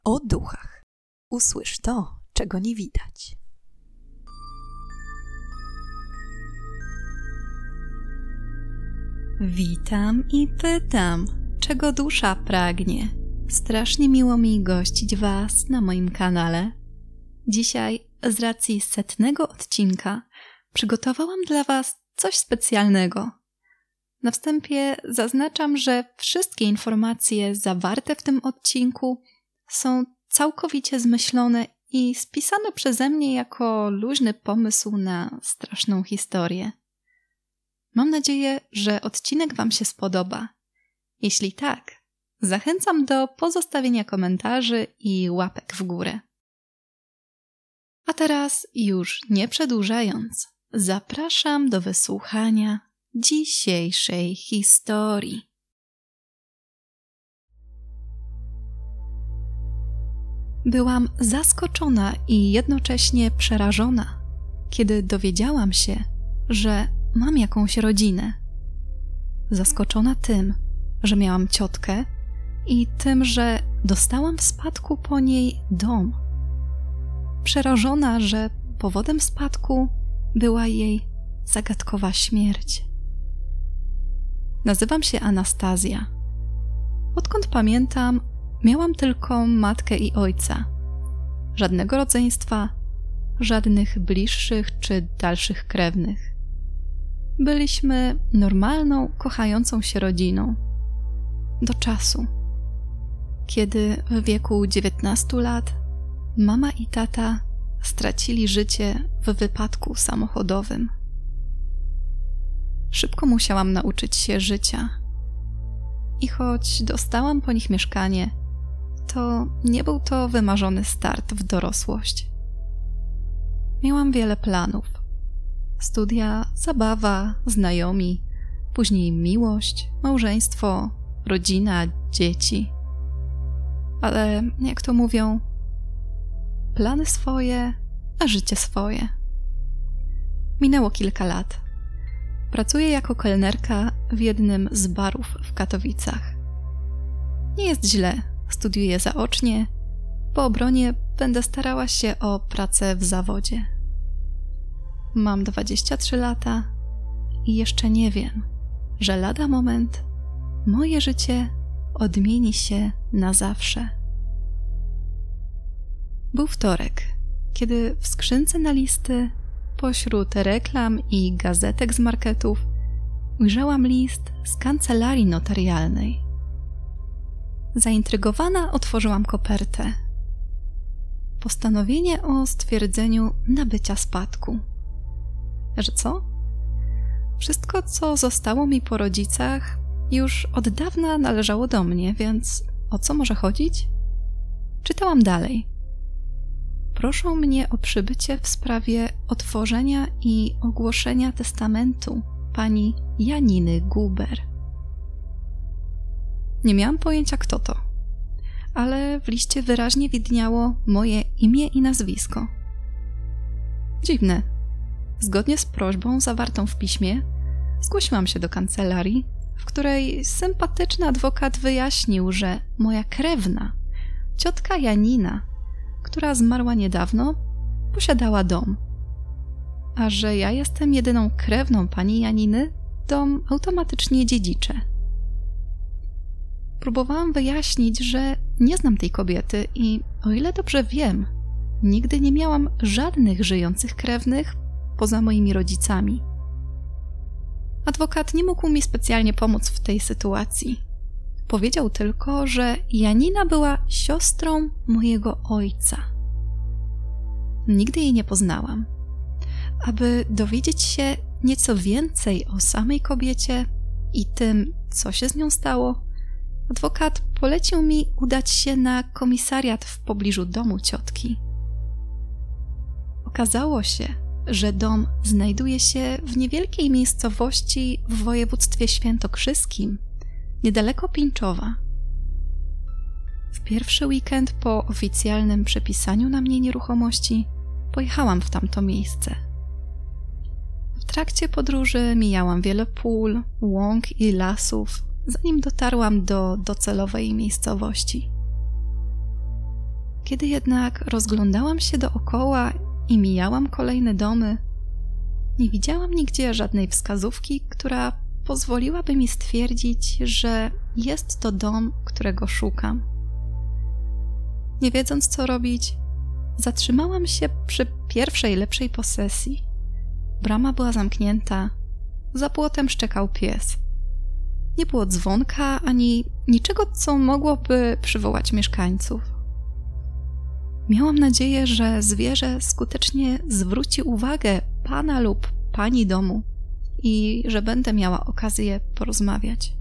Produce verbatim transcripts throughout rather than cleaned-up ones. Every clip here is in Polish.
O duchach. Usłysz to, czego nie widać. Witam i pytam, czego dusza pragnie. Strasznie miło mi gościć Was na moim kanale. Dzisiaj z racji setnego odcinka przygotowałam dla Was coś specjalnego. Na wstępie zaznaczam, że wszystkie informacje zawarte w tym odcinku są całkowicie zmyślone i spisane przeze mnie jako luźny pomysł na straszną historię. Mam nadzieję, że odcinek Wam się spodoba. Jeśli tak, zachęcam do pozostawienia komentarzy i łapek w górę. A teraz, już nie przedłużając, zapraszam do wysłuchania dzisiejszej historii. Byłam zaskoczona i jednocześnie przerażona, kiedy dowiedziałam się, że mam jakąś rodzinę. Zaskoczona tym, że miałam ciotkę i tym, że dostałam w spadku po niej dom. Przerażona, że powodem spadku była jej zagadkowa śmierć. Nazywam się Anastazja. Odkąd pamiętam, miałam tylko matkę i ojca. Żadnego rodzeństwa, żadnych bliższych czy dalszych krewnych. Byliśmy normalną, kochającą się rodziną. Do czasu, kiedy w wieku dziewiętnastu lat mama i tata stracili życie w wypadku samochodowym. Szybko musiałam nauczyć się życia. I choć dostałam po nich mieszkanie, to nie był to wymarzony start w dorosłość. Miałam wiele planów. Studia, zabawa, znajomi, później miłość, małżeństwo, rodzina, dzieci. Ale, jak to mówią, plany swoje, a życie swoje. Minęło kilka lat. Pracuję jako kelnerka w jednym z barów w Katowicach. Nie jest źle, studiuję zaocznie. Po obronie będę starała się o pracę w zawodzie. Mam dwadzieścia trzy lata i jeszcze nie wiem, że lada moment moje życie odmieni się na zawsze. Był wtorek, kiedy w skrzynce na listy, pośród reklam i gazetek z marketów, ujrzałam list z kancelarii notarialnej. Zaintrygowana otworzyłam kopertę. Postanowienie o stwierdzeniu nabycia spadku. Że co? Wszystko, co zostało mi po rodzicach, już od dawna należało do mnie, więc o co może chodzić? Czytałam dalej. Proszą mnie o przybycie w sprawie otworzenia i ogłoszenia testamentu pani Janiny Guber. Nie miałam pojęcia, kto to, ale w liście wyraźnie widniało moje imię i nazwisko. Dziwne. Zgodnie z prośbą zawartą w piśmie zgłosiłam się do kancelarii, w której sympatyczny adwokat wyjaśnił, że moja krewna, ciotka Janina, która zmarła niedawno, posiadała dom. A że ja jestem jedyną krewną pani Janiny, dom automatycznie dziedziczę. Próbowałam wyjaśnić, że nie znam tej kobiety i, o ile dobrze wiem, nigdy nie miałam żadnych żyjących krewnych poza moimi rodzicami. Adwokat nie mógł mi specjalnie pomóc w tej sytuacji. Powiedział tylko, że Janina była siostrą mojego ojca. Nigdy jej nie poznałam. Aby dowiedzieć się nieco więcej o samej kobiecie i tym, co się z nią stało, adwokat polecił mi udać się na komisariat w pobliżu domu ciotki. Okazało się, że dom znajduje się w niewielkiej miejscowości w województwie świętokrzyskim, niedaleko Pińczowa. W pierwszy weekend po oficjalnym przepisaniu na mnie nieruchomości pojechałam w tamto miejsce. W trakcie podróży mijałam wiele pól, łąk i lasów, zanim dotarłam do docelowej miejscowości. Kiedy jednak rozglądałam się dookoła i mijałam kolejne domy, nie widziałam nigdzie żadnej wskazówki, która pozwoliłaby mi stwierdzić, że jest to dom, którego szukam. Nie wiedząc, co robić, zatrzymałam się przy pierwszej lepszej posesji. Brama była zamknięta, za płotem szczekał pies. Nie było dzwonka ani niczego, co mogłoby przywołać mieszkańców. Miałam nadzieję, że zwierzę skutecznie zwróci uwagę pana lub pani domu i że będę miała okazję porozmawiać.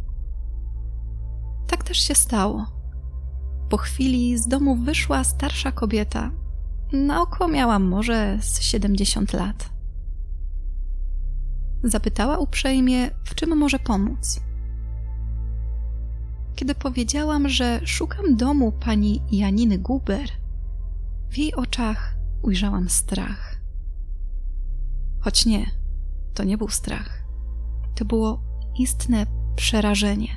Tak też się stało. Po chwili z domu wyszła starsza kobieta. Na oko miała może z siedemdziesiąt lat. Zapytała uprzejmie, w czym może pomóc. Kiedy powiedziałam, że szukam domu pani Janiny Guber, w jej oczach ujrzałam strach. Choć nie, to nie był strach. To było istne przerażenie.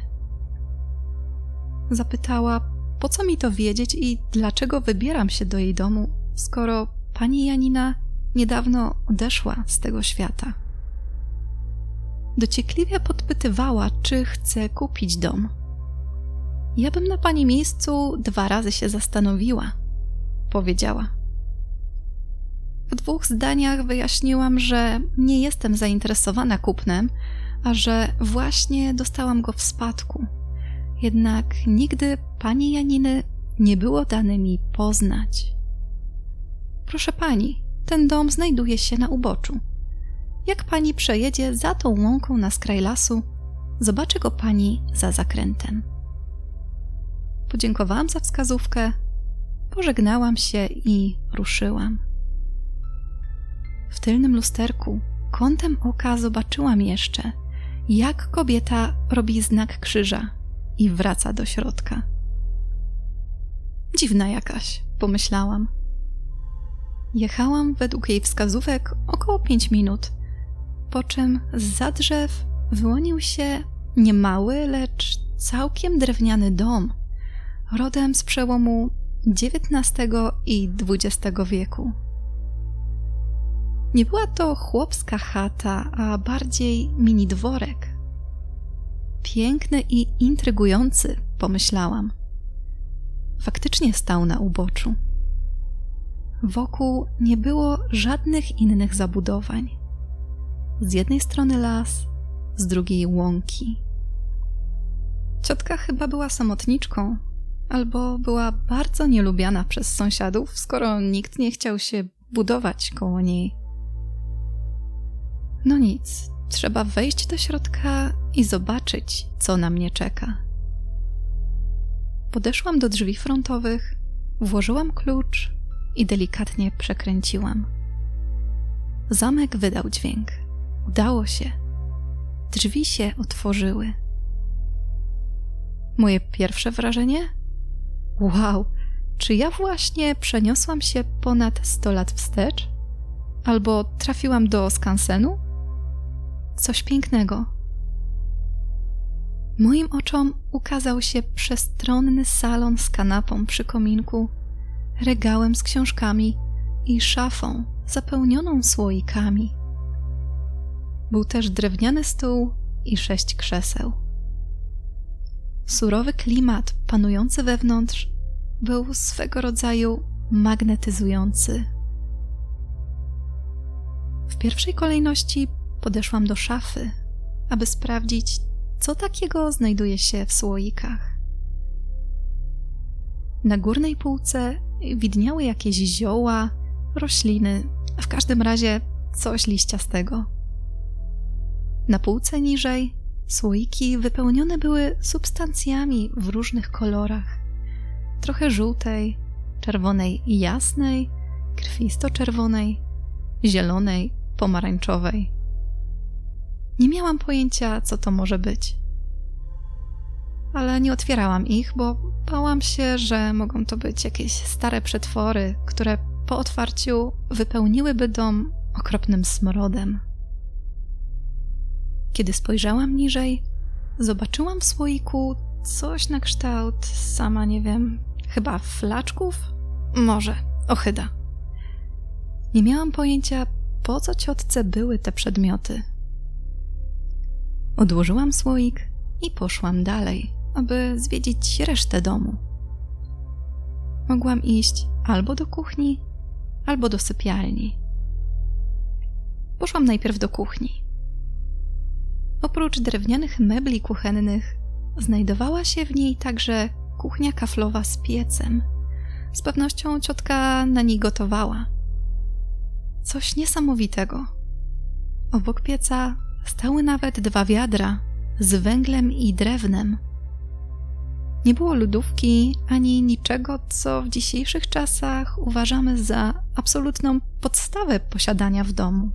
Zapytała, po co mi to wiedzieć i dlaczego wybieram się do jej domu, skoro pani Janina niedawno odeszła z tego świata. Dociekliwie podpytywała, czy chce kupić dom. Ja bym na pani miejscu dwa razy się zastanowiła, powiedziała. W dwóch zdaniach wyjaśniłam, że nie jestem zainteresowana kupnem, a że właśnie dostałam go w spadku. Jednak nigdy pani Janiny nie było dane mi poznać. Proszę pani, ten dom znajduje się na uboczu. Jak pani przejedzie za tą łąką na skraj lasu, zobaczy go pani za zakrętem. Podziękowałam za wskazówkę, pożegnałam się i ruszyłam. W tylnym lusterku kątem oka zobaczyłam jeszcze, jak kobieta robi znak krzyża i wraca do środka. Dziwna jakaś, pomyślałam. Jechałam według jej wskazówek około pięć minut, po czym zza drzew wyłonił się niemały, lecz całkiem drewniany dom, rodem z przełomu dziewiętnastego i dwudziestego wieku. Nie była to chłopska chata, a bardziej mini dworek. Piękny i intrygujący, pomyślałam. Faktycznie stał na uboczu. Wokół nie było żadnych innych zabudowań. Z jednej strony las, z drugiej łąki. Ciotka chyba była samotniczką, albo była bardzo nielubiana przez sąsiadów, skoro nikt nie chciał się budować koło niej. No nic, trzeba wejść do środka i zobaczyć, co na mnie czeka. Podeszłam do drzwi frontowych, włożyłam klucz i delikatnie przekręciłam. Zamek wydał dźwięk. Udało się. Drzwi się otworzyły. Moje pierwsze wrażenie? Wow, czy ja właśnie przeniosłam się ponad sto lat wstecz? Albo trafiłam do skansenu? Coś pięknego. Moim oczom ukazał się przestronny salon z kanapą przy kominku, regałem z książkami i szafą zapełnioną słoikami. Był też drewniany stół i sześć krzeseł. Surowy klimat panujący wewnątrz był swego rodzaju magnetyzujący. W pierwszej kolejności podeszłam do szafy, aby sprawdzić, co takiego znajduje się w słoikach. Na górnej półce widniały jakieś zioła, rośliny, a w każdym razie coś liściastego. Na półce niżej słoiki wypełnione były substancjami w różnych kolorach. Trochę żółtej, czerwonej i jasnej, krwisto-czerwonej, zielonej, pomarańczowej. Nie miałam pojęcia, co to może być. Ale nie otwierałam ich, bo bałam się, że mogą to być jakieś stare przetwory, które po otwarciu wypełniłyby dom okropnym smrodem. Kiedy spojrzałam niżej, zobaczyłam w słoiku coś na kształt, sama nie wiem, chyba flaczków może ochyda. Nie miałam pojęcia, po co ciotce były te przedmioty. Odłożyłam słoik i poszłam dalej, aby zwiedzić resztę domu. Mogłam iść albo do kuchni, albo do sypialni. Poszłam najpierw do kuchni. Oprócz drewnianych mebli kuchennych znajdowała się w niej także kuchnia kaflowa z piecem. Z pewnością ciotka na niej gotowała. Coś niesamowitego. Obok pieca stały nawet dwa wiadra z węglem i drewnem. Nie było lodówki ani niczego, co w dzisiejszych czasach uważamy za absolutną podstawę posiadania w domu.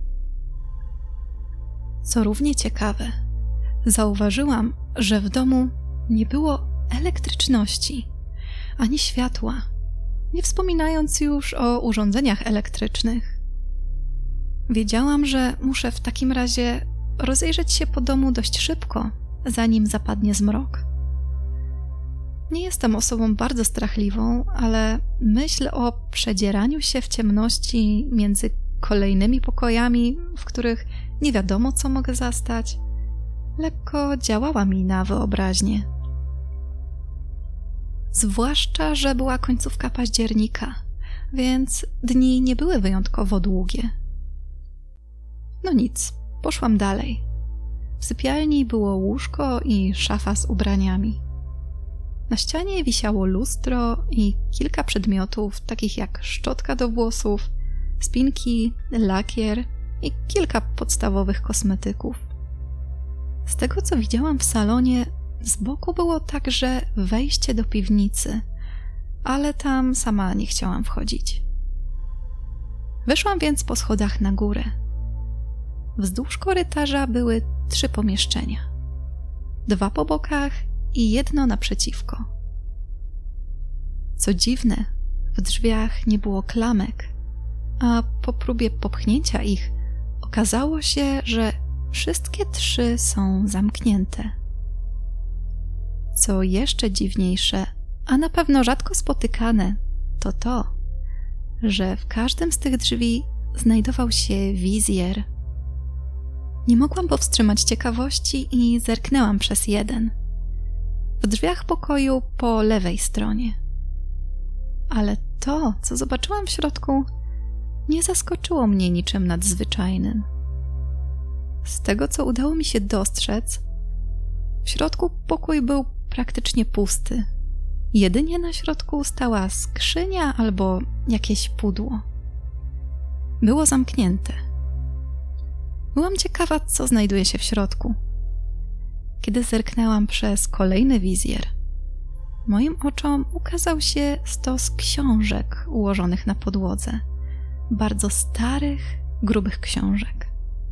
Co równie ciekawe, zauważyłam, że w domu nie było elektryczności ani światła, nie wspominając już o urządzeniach elektrycznych. Wiedziałam, że muszę w takim razie rozejrzeć się po domu dość szybko, zanim zapadnie zmrok. Nie jestem osobą bardzo strachliwą, ale myśl o przedzieraniu się w ciemności między kolejnymi pokojami, w których nie wiadomo, co mogę zastać, lekko działała mi na wyobraźnię. Zwłaszcza, że była końcówka października, więc dni nie były wyjątkowo długie. No nic, poszłam dalej. W sypialni było łóżko i szafa z ubraniami. Na ścianie wisiało lustro i kilka przedmiotów, takich jak szczotka do włosów, spinki, lakier i kilka podstawowych kosmetyków. Z tego, co widziałam w salonie, z boku było także wejście do piwnicy, ale tam sama nie chciałam wchodzić. Weszłam więc po schodach na górę. Wzdłuż korytarza były trzy pomieszczenia. Dwa po bokach i jedno naprzeciwko. Co dziwne, w drzwiach nie było klamek, a po próbie popchnięcia ich okazało się, że wszystkie trzy są zamknięte. Co jeszcze dziwniejsze, a na pewno rzadko spotykane, to to, że w każdym z tych drzwi znajdował się wizjer. Nie mogłam powstrzymać ciekawości i zerknęłam przez jeden. W drzwiach pokoju po lewej stronie. Ale to, co zobaczyłam w środku, nie zaskoczyło mnie niczym nadzwyczajnym. Z tego, co udało mi się dostrzec, w środku pokój był praktycznie pusty. Jedynie na środku stała skrzynia albo jakieś pudło. Było zamknięte. Byłam ciekawa, co znajduje się w środku. Kiedy zerknęłam przez kolejny wizjer, moim oczom ukazał się stos książek ułożonych na podłodze. Bardzo starych, grubych książek.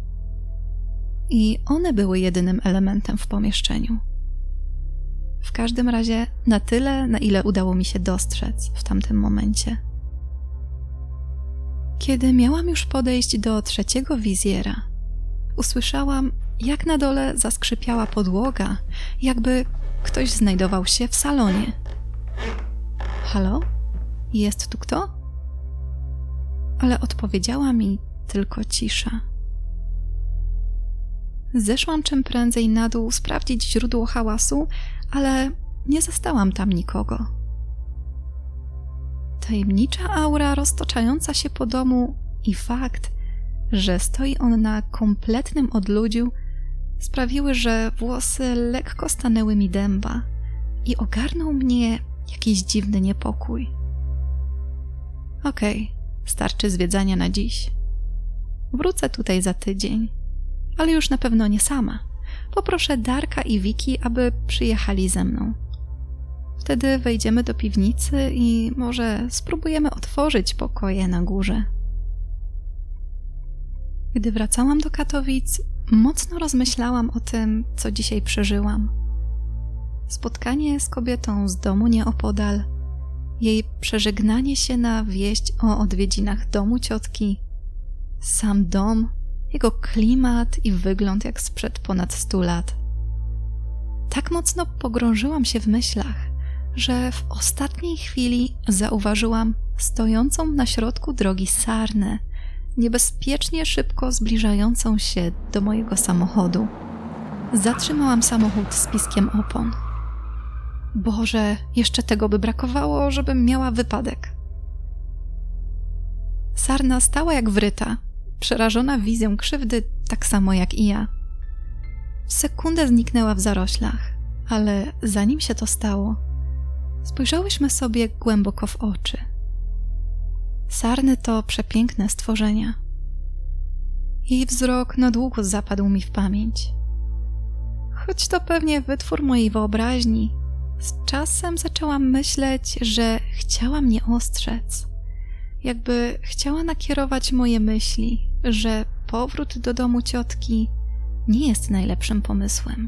I one były jedynym elementem w pomieszczeniu. W każdym razie na tyle, na ile udało mi się dostrzec w tamtym momencie. Kiedy miałam już podejść do trzeciego wizjera, usłyszałam, jak na dole zaskrzypiała podłoga, jakby ktoś znajdował się w salonie. Halo? Jest tu kto? Ale odpowiedziała mi tylko cisza. Zeszłam czym prędzej na dół sprawdzić źródło hałasu, ale nie zastałam tam nikogo. Tajemnicza aura roztaczająca się po domu i fakt, że stoi on na kompletnym odludziu, sprawiły, że włosy lekko stanęły mi dęba i ogarnął mnie jakiś dziwny niepokój. Okej, starczy zwiedzania na dziś. Wrócę tutaj za tydzień, ale już na pewno nie sama. Poproszę Darka i Wiki, aby przyjechali ze mną. Wtedy wejdziemy do piwnicy i może spróbujemy otworzyć pokoje na górze. Gdy wracałam do Katowic, mocno rozmyślałam o tym, co dzisiaj przeżyłam. Spotkanie z kobietą z domu nieopodal, jej przeżegnanie się na wieść o odwiedzinach domu ciotki, sam dom, jego klimat i wygląd jak sprzed ponad stu lat. Tak mocno pogrążyłam się w myślach, że w ostatniej chwili zauważyłam stojącą na środku drogi sarnę, niebezpiecznie szybko zbliżającą się do mojego samochodu. Zatrzymałam samochód z piskiem opon. Boże, jeszcze tego by brakowało, żebym miała wypadek. Sarna stała jak wryta, przerażona wizją krzywdy tak samo jak i ja. W sekundę zniknęła w zaroślach, ale zanim się to stało, spojrzałyśmy sobie głęboko w oczy. Sarny to przepiękne stworzenia. Jej wzrok na długo zapadł mi w pamięć. Choć to pewnie wytwór mojej wyobraźni, z czasem zaczęłam myśleć, że chciała mnie ostrzec. Jakby chciała nakierować moje myśli, że powrót do domu ciotki nie jest najlepszym pomysłem.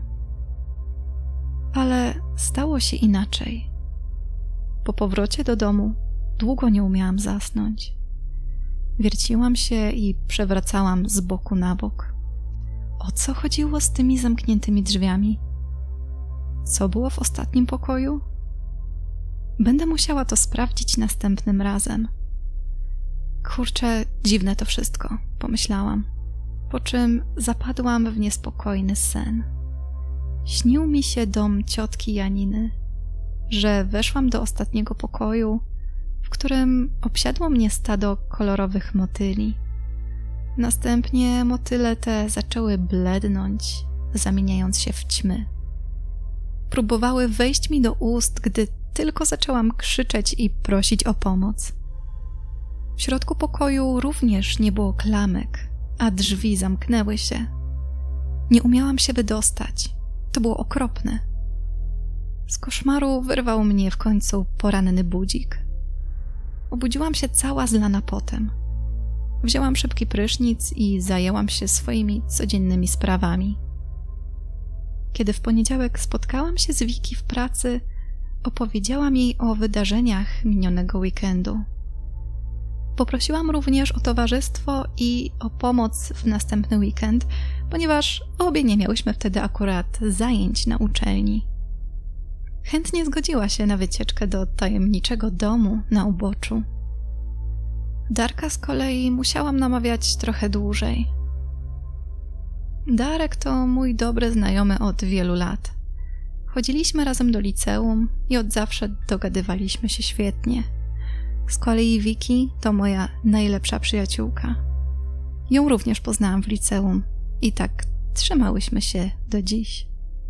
Ale stało się inaczej. Po powrocie do domu długo nie umiałam zasnąć. Wierciłam się i przewracałam z boku na bok. O co chodziło z tymi zamkniętymi drzwiami? Co było w ostatnim pokoju? Będę musiała to sprawdzić następnym razem. Kurczę, dziwne to wszystko, pomyślałam, po czym zapadłam w niespokojny sen. Śnił mi się dom ciotki Janiny, że weszłam do ostatniego pokoju, w którym obsiadło mnie stado kolorowych motyli. Następnie motyle te zaczęły blednąć, zamieniając się w ćmy. Próbowały wejść mi do ust, gdy tylko zaczęłam krzyczeć i prosić o pomoc. W środku pokoju również nie było klamek, a drzwi zamknęły się. Nie umiałam się wydostać. To było okropne. Z koszmaru wyrwał mnie w końcu poranny budzik. Obudziłam się cała zlana potem. Wzięłam szybki prysznic i zajęłam się swoimi codziennymi sprawami. Kiedy w poniedziałek spotkałam się z Wiki w pracy, opowiedziałam jej o wydarzeniach minionego weekendu. Poprosiłam również o towarzystwo i o pomoc w następny weekend, ponieważ obie nie miałyśmy wtedy akurat zajęć na uczelni. Chętnie zgodziła się na wycieczkę do tajemniczego domu na uboczu. Darka z kolei musiałam namawiać trochę dłużej. Darek to mój dobry znajomy od wielu lat. Chodziliśmy razem do liceum i od zawsze dogadywaliśmy się świetnie. Z kolei Wiki to moja najlepsza przyjaciółka. Ją również poznałam w liceum i tak trzymałyśmy się do dziś.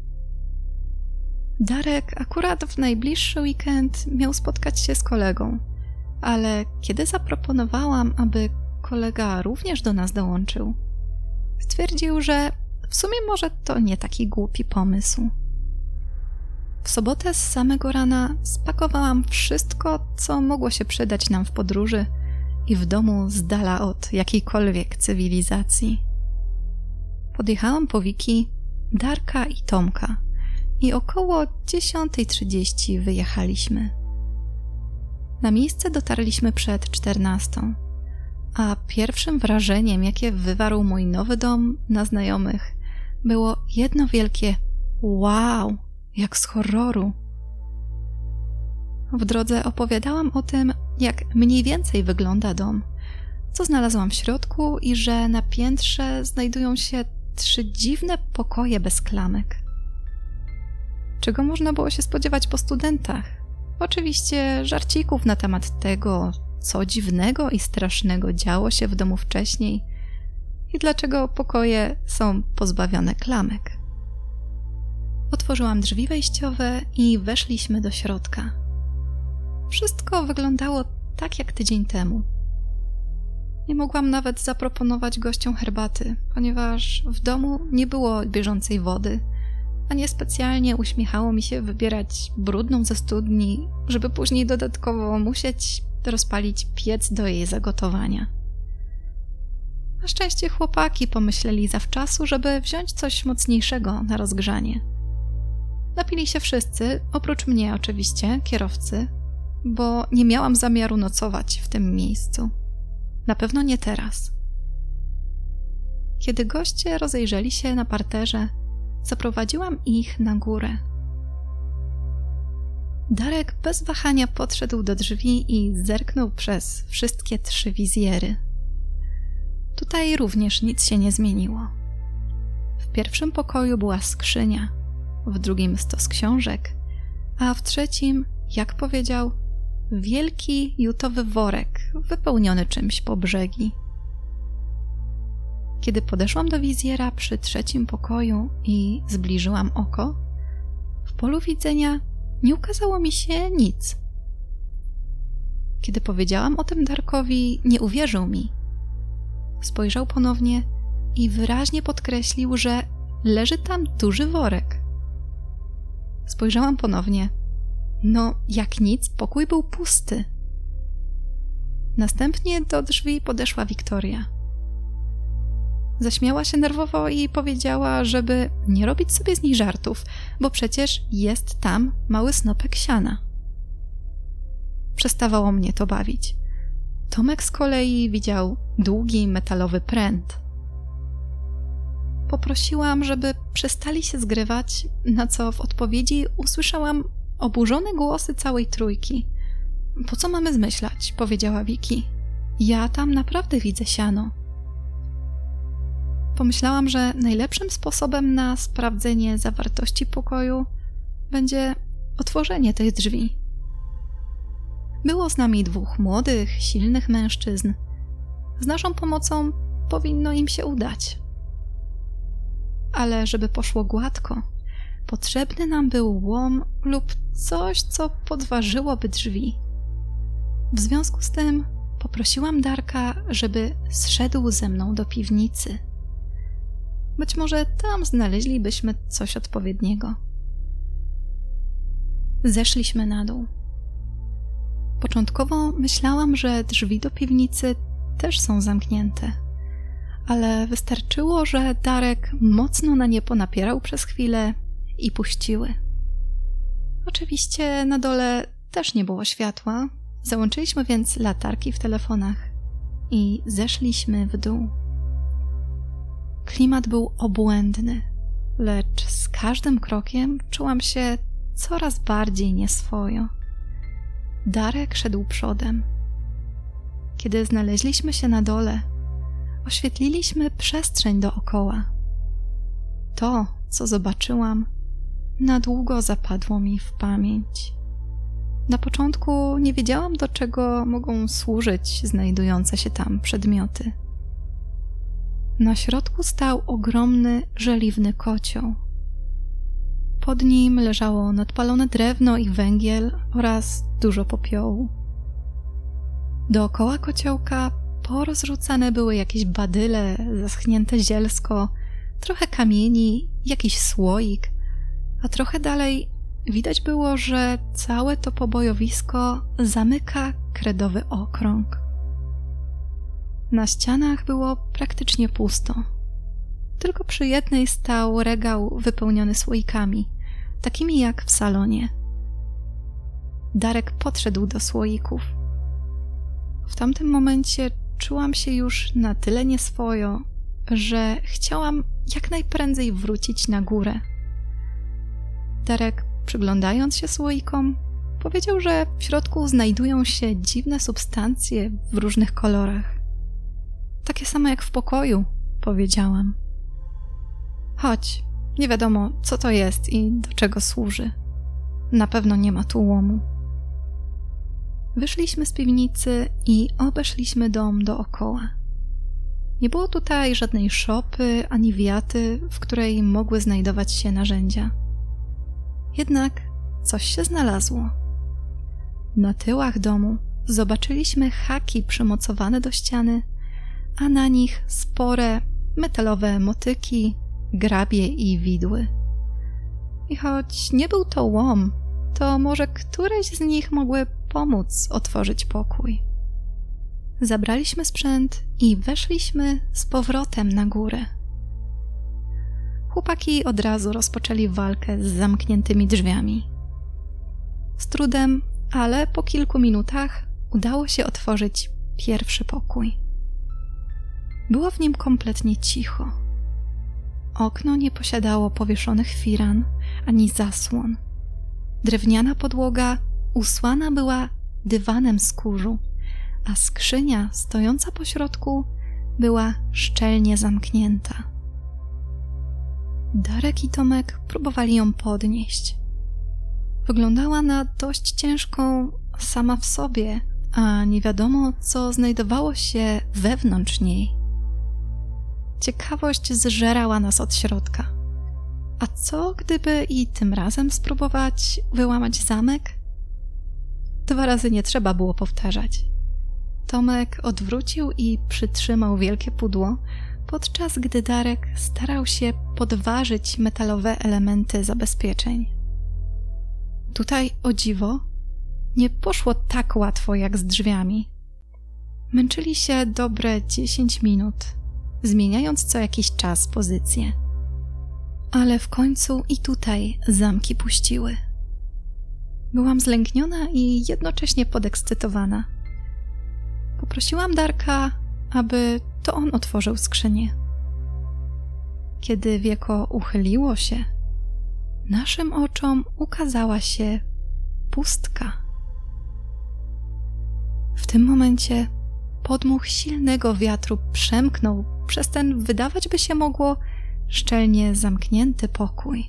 Darek akurat w najbliższy weekend miał spotkać się z kolegą, ale kiedy zaproponowałam, aby kolega również do nas dołączył, stwierdził, że w sumie może to nie taki głupi pomysł. W sobotę z samego rana spakowałam wszystko, co mogło się przydać nam w podróży i w domu z dala od jakiejkolwiek cywilizacji. Podjechałam po Wiki, Darka i Tomka i około dziesiąta trzydzieści wyjechaliśmy. Na miejsce dotarliśmy przed czternastą, a pierwszym wrażeniem, jakie wywarł mój nowy dom na znajomych, było jedno wielkie wow, jak z horroru. W drodze opowiadałam o tym, jak mniej więcej wygląda dom, co znalazłam w środku i że na piętrze znajdują się trzy dziwne pokoje bez klamek. Czego można było się spodziewać po studentach? Oczywiście żarcików na temat tego, co dziwnego i strasznego działo się w domu wcześniej i dlaczego pokoje są pozbawione klamek. Otworzyłam drzwi wejściowe i weszliśmy do środka. Wszystko wyglądało tak jak tydzień temu. Nie mogłam nawet zaproponować gościom herbaty, ponieważ w domu nie było bieżącej wody, a niespecjalnie uśmiechało mi się wybierać brudną ze studni, żeby później dodatkowo musieć rozpalić piec do jej zagotowania. Na szczęście chłopaki pomyśleli zawczasu, żeby wziąć coś mocniejszego na rozgrzanie. Napili się wszyscy, oprócz mnie oczywiście, kierowcy, bo nie miałam zamiaru nocować w tym miejscu. Na pewno nie teraz. Kiedy goście rozejrzeli się na parterze, zaprowadziłam ich na górę. Darek bez wahania podszedł do drzwi i zerknął przez wszystkie trzy wizjery. Tutaj również nic się nie zmieniło. W pierwszym pokoju była skrzynia, w drugim stos książek, a w trzecim, jak powiedział, wielki jutowy worek wypełniony czymś po brzegi. Kiedy podeszłam do wizjera przy trzecim pokoju i zbliżyłam oko, w polu widzenia nie ukazało mi się nic. Kiedy powiedziałam o tym Darkowi, nie uwierzył mi. Spojrzał ponownie i wyraźnie podkreślił, że leży tam duży worek. Spojrzałam ponownie. No, jak nic, pokój był pusty. Następnie do drzwi podeszła Wiktoria. Zaśmiała się nerwowo i powiedziała, żeby nie robić sobie z niej żartów, bo przecież jest tam mały snopek siana. Przestawało mnie to bawić. Tomek z kolei widział długi metalowy pręt. Poprosiłam, żeby przestali się zgrywać, na co w odpowiedzi usłyszałam oburzone głosy całej trójki. Po co mamy zmyślać? Powiedziała Wiki. Ja tam naprawdę widzę siano. Pomyślałam, że najlepszym sposobem na sprawdzenie zawartości pokoju będzie otworzenie tych drzwi. Było z nami dwóch młodych, silnych mężczyzn. Z naszą pomocą powinno im się udać. Ale żeby poszło gładko, potrzebny nam był łom lub coś, co podważyłoby drzwi. W związku z tym poprosiłam Darka, żeby zszedł ze mną do piwnicy. Być może tam znaleźlibyśmy coś odpowiedniego. Zeszliśmy na dół. Początkowo myślałam, że drzwi do piwnicy też są zamknięte, ale wystarczyło, że Darek mocno na nie ponapierał przez chwilę i puściły. Oczywiście na dole też nie było światła, załączyliśmy więc latarki w telefonach i zeszliśmy w dół. Klimat był obłędny, lecz z każdym krokiem czułam się coraz bardziej nieswojo. Darek szedł przodem. Kiedy znaleźliśmy się na dole, oświetliliśmy przestrzeń dookoła. To, co zobaczyłam, na długo zapadło mi w pamięć. Na początku nie wiedziałam, do czego mogą służyć znajdujące się tam przedmioty. Na środku stał ogromny, żeliwny kocioł. Pod nim leżało nadpalone drewno i węgiel oraz dużo popiołu. Dookoła kociołka porozrzucane były jakieś badyle, zaschnięte zielsko, trochę kamieni, jakiś słoik, a trochę dalej widać było, że całe to pobojowisko zamyka kredowy okrąg. Na ścianach było praktycznie pusto. Tylko przy jednej stał regał wypełniony słoikami, takimi jak w salonie. Darek podszedł do słoików. W tamtym momencie czułam się już na tyle nieswojo, że chciałam jak najprędzej wrócić na górę. Darek, przyglądając się słoikom, powiedział, że w środku znajdują się dziwne substancje w różnych kolorach. Takie same jak w pokoju, powiedziałam. Chodź, nie wiadomo, co to jest i do czego służy. Na pewno nie ma tu łomu. Wyszliśmy z piwnicy i obeszliśmy dom dookoła. Nie było tutaj żadnej szopy ani wiaty, w której mogły znajdować się narzędzia. Jednak coś się znalazło. Na tyłach domu zobaczyliśmy haki przymocowane do ściany, a na nich spore metalowe motyki, grabie i widły. I choć nie był to łom, to może któreś z nich mogły pomóc otworzyć pokój. Zabraliśmy sprzęt i weszliśmy z powrotem na górę. Chłopaki od razu rozpoczęli walkę z zamkniętymi drzwiami. Z trudem, ale po kilku minutach udało się otworzyć pierwszy pokój. Było w nim kompletnie cicho. Okno nie posiadało powieszonych firan ani zasłon. Drewniana podłoga usłana była dywanem z kurzu, a skrzynia stojąca po środku była szczelnie zamknięta. Darek i Tomek próbowali ją podnieść. Wyglądała na dość ciężką sama w sobie, a nie wiadomo, co znajdowało się wewnątrz niej. Ciekawość zżerała nas od środka. A co, gdyby i tym razem spróbować wyłamać zamek? Dwa razy nie trzeba było powtarzać. Tomek odwrócił i przytrzymał wielkie pudło, podczas gdy Darek starał się podważyć metalowe elementy zabezpieczeń. Tutaj, o dziwo, nie poszło tak łatwo jak z drzwiami. Męczyli się dobre dziesięć minut, zmieniając co jakiś czas pozycję. Ale w końcu i tutaj zamki puściły. Byłam zlękniona i jednocześnie podekscytowana. Poprosiłam Darka, aby to on otworzył skrzynię. Kiedy wieko uchyliło się, naszym oczom ukazała się pustka. W tym momencie podmuch silnego wiatru przemknął przez ten, wydawać by się mogło, szczelnie zamknięty pokój.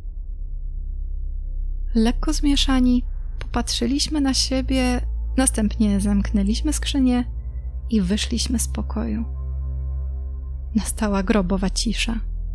Lekko zmieszani popatrzyliśmy na siebie, następnie zamknęliśmy skrzynię i wyszliśmy z pokoju. Nastała grobowa cisza.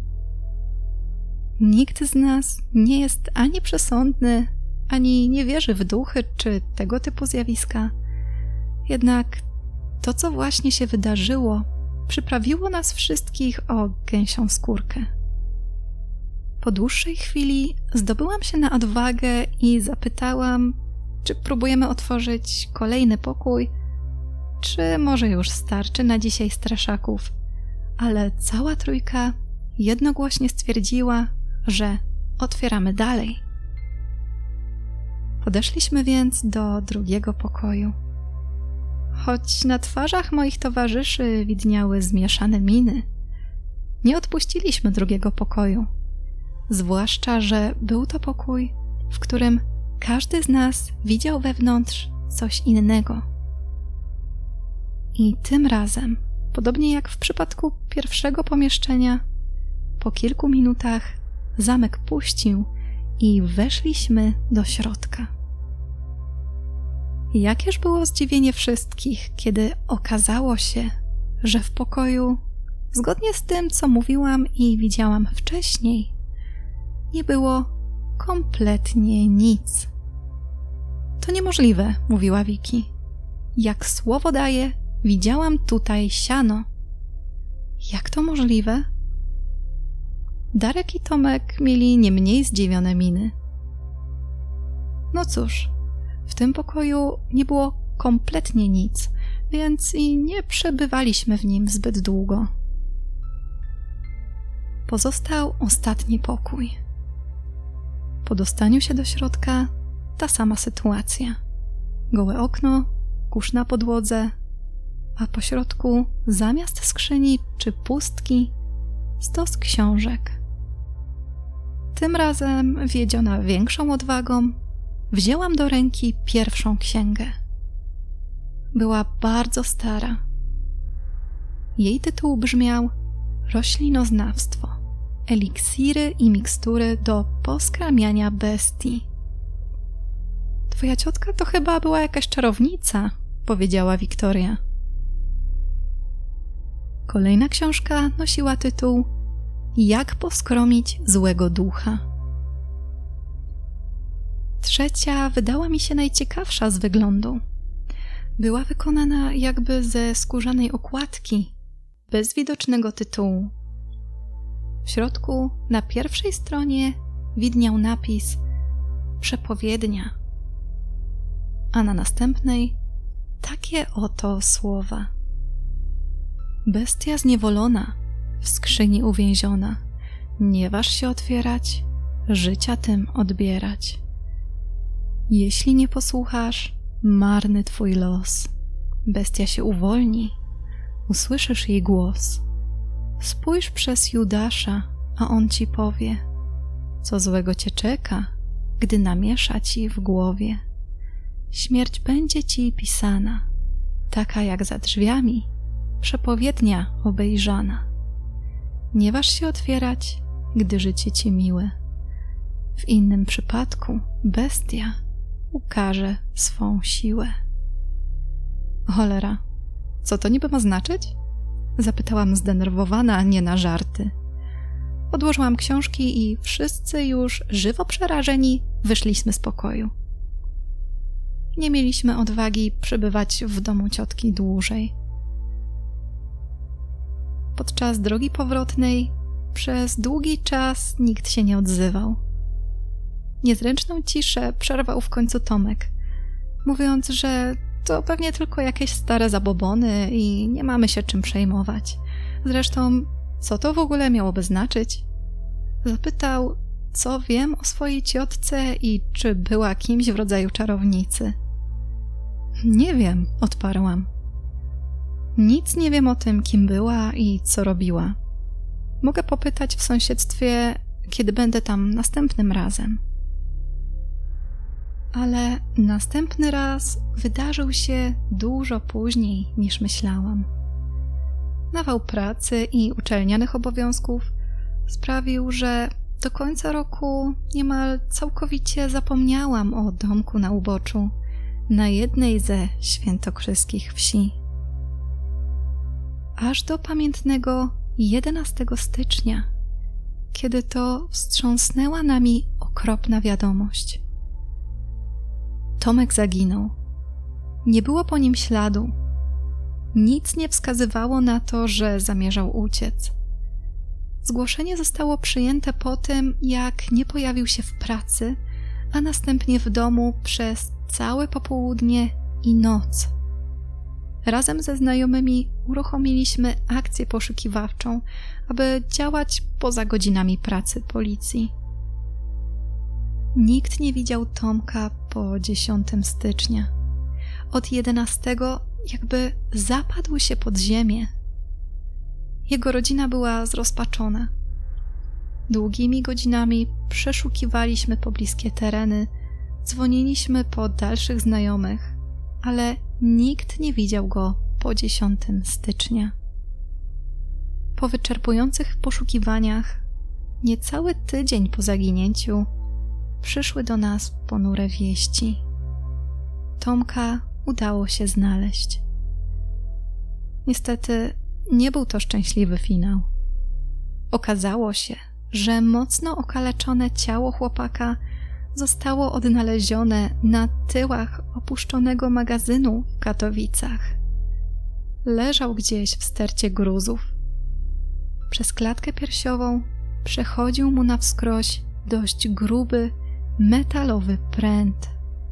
Nikt z nas nie jest ani przesądny, ani nie wierzy w duchy czy tego typu zjawiska. Jednak to, co właśnie się wydarzyło, przyprawiło nas wszystkich o gęsią skórkę. Po dłuższej chwili zdobyłam się na odwagę i zapytałam, czy próbujemy otworzyć kolejny pokój, czy może już starczy na dzisiaj straszaków, ale cała trójka jednogłośnie stwierdziła, że otwieramy dalej. Podeszliśmy więc do drugiego pokoju. Choć na twarzach moich towarzyszy widniały zmieszane miny, nie odpuściliśmy drugiego pokoju. Zwłaszcza, że był to pokój, w którym każdy z nas widział wewnątrz coś innego. I tym razem, podobnie jak w przypadku pierwszego pomieszczenia, po kilku minutach zamek puścił i weszliśmy do środka. Jakież było zdziwienie wszystkich, kiedy okazało się, że w pokoju, zgodnie z tym, co mówiłam i widziałam wcześniej, nie było kompletnie nic. To niemożliwe, mówiła Wiki. Jak słowo daję, widziałam tutaj siano. Jak to możliwe? Darek i Tomek mieli nie mniej zdziwione miny. No cóż, w tym pokoju nie było kompletnie nic, więc i nie przebywaliśmy w nim zbyt długo. Pozostał ostatni pokój. Po dostaniu się do środka ta sama sytuacja. Gołe okno, kurz na podłodze, a po środku zamiast skrzyni czy pustki stos książek. Tym razem, wiedziona większą odwagą, wzięłam do ręki pierwszą księgę. Była bardzo stara. Jej tytuł brzmiał Roślinoznawstwo. Eliksiry i mikstury do poskramiania bestii. Twoja ciotka to chyba była jakaś czarownica, powiedziała Wiktoria. Kolejna książka nosiła tytuł Jak poskromić złego ducha. Trzecia wydała mi się najciekawsza z wyglądu. Była wykonana jakby ze skórzanej okładki, bez widocznego tytułu. W środku, na pierwszej stronie, widniał napis Przepowiednia, a na następnej takie oto słowa. Bestia zniewolona, w skrzyni uwięziona, nie waż się otwierać, życia tym odbierać. Jeśli nie posłuchasz, marny twój los. Bestia się uwolni, usłyszysz jej głos. Spójrz przez Judasza, a on ci powie, co złego cię czeka, gdy namiesza ci w głowie. Śmierć będzie ci pisana, taka jak za drzwiami, przepowiednia obejrzana. Nie waż się otwierać, gdy życie ci miłe. W innym przypadku bestia ukaże swą siłę. Cholera, co to niby ma znaczyć? Zapytałam zdenerwowana, nie na żarty. Odłożyłam książki i wszyscy już żywo przerażeni wyszliśmy z pokoju. Nie mieliśmy odwagi przebywać w domu ciotki dłużej. Podczas drogi powrotnej przez długi czas nikt się nie odzywał. Niezręczną ciszę przerwał w końcu Tomek, mówiąc, że to pewnie tylko jakieś stare zabobony i nie mamy się czym przejmować. Zresztą, co to w ogóle miałoby znaczyć? Zapytał, co wiem o swojej ciotce i czy była kimś w rodzaju czarownicy. Nie wiem, odparłam. Nic nie wiem o tym, kim była i co robiła. Mogę popytać w sąsiedztwie, kiedy będę tam następnym razem. Ale następny raz wydarzył się dużo później niż myślałam. Nawał pracy i uczelnianych obowiązków sprawił, że do końca roku niemal całkowicie zapomniałam o domku na uboczu, na jednej ze świętokrzyskich wsi. Aż do pamiętnego jedenastego stycznia, kiedy to wstrząsnęła nami okropna wiadomość. Tomek zaginął. Nie było po nim śladu. Nic nie wskazywało na to, że zamierzał uciec. Zgłoszenie zostało przyjęte po tym, jak nie pojawił się w pracy, a następnie w domu przez całe popołudnie i noc. Razem ze znajomymi uruchomiliśmy akcję poszukiwawczą, aby działać poza godzinami pracy policji. Nikt nie widział Tomka po dziesiątego stycznia. Od jedenastego jakby zapadł się pod ziemię. Jego rodzina była zrozpaczona. Długimi godzinami przeszukiwaliśmy pobliskie tereny, dzwoniliśmy po dalszych znajomych, ale nikt nie widział go po dziesiątego stycznia. Po wyczerpujących poszukiwaniach, niecały tydzień po zaginięciu, przyszły do nas ponure wieści. Tomka udało się znaleźć. Niestety nie był to szczęśliwy finał. Okazało się, że mocno okaleczone ciało chłopaka zostało odnalezione na tyłach opuszczonego magazynu w Katowicach. Leżał gdzieś w stercie gruzów. Przez klatkę piersiową przechodził mu na wskroś dość gruby, metalowy pręt.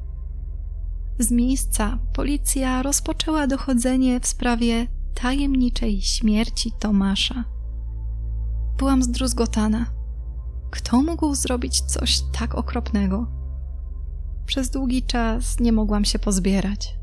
Z miejsca policja rozpoczęła dochodzenie w sprawie tajemniczej śmierci Tomasza. Byłam zdruzgotana. Kto mógł zrobić coś tak okropnego? Przez długi czas nie mogłam się pozbierać.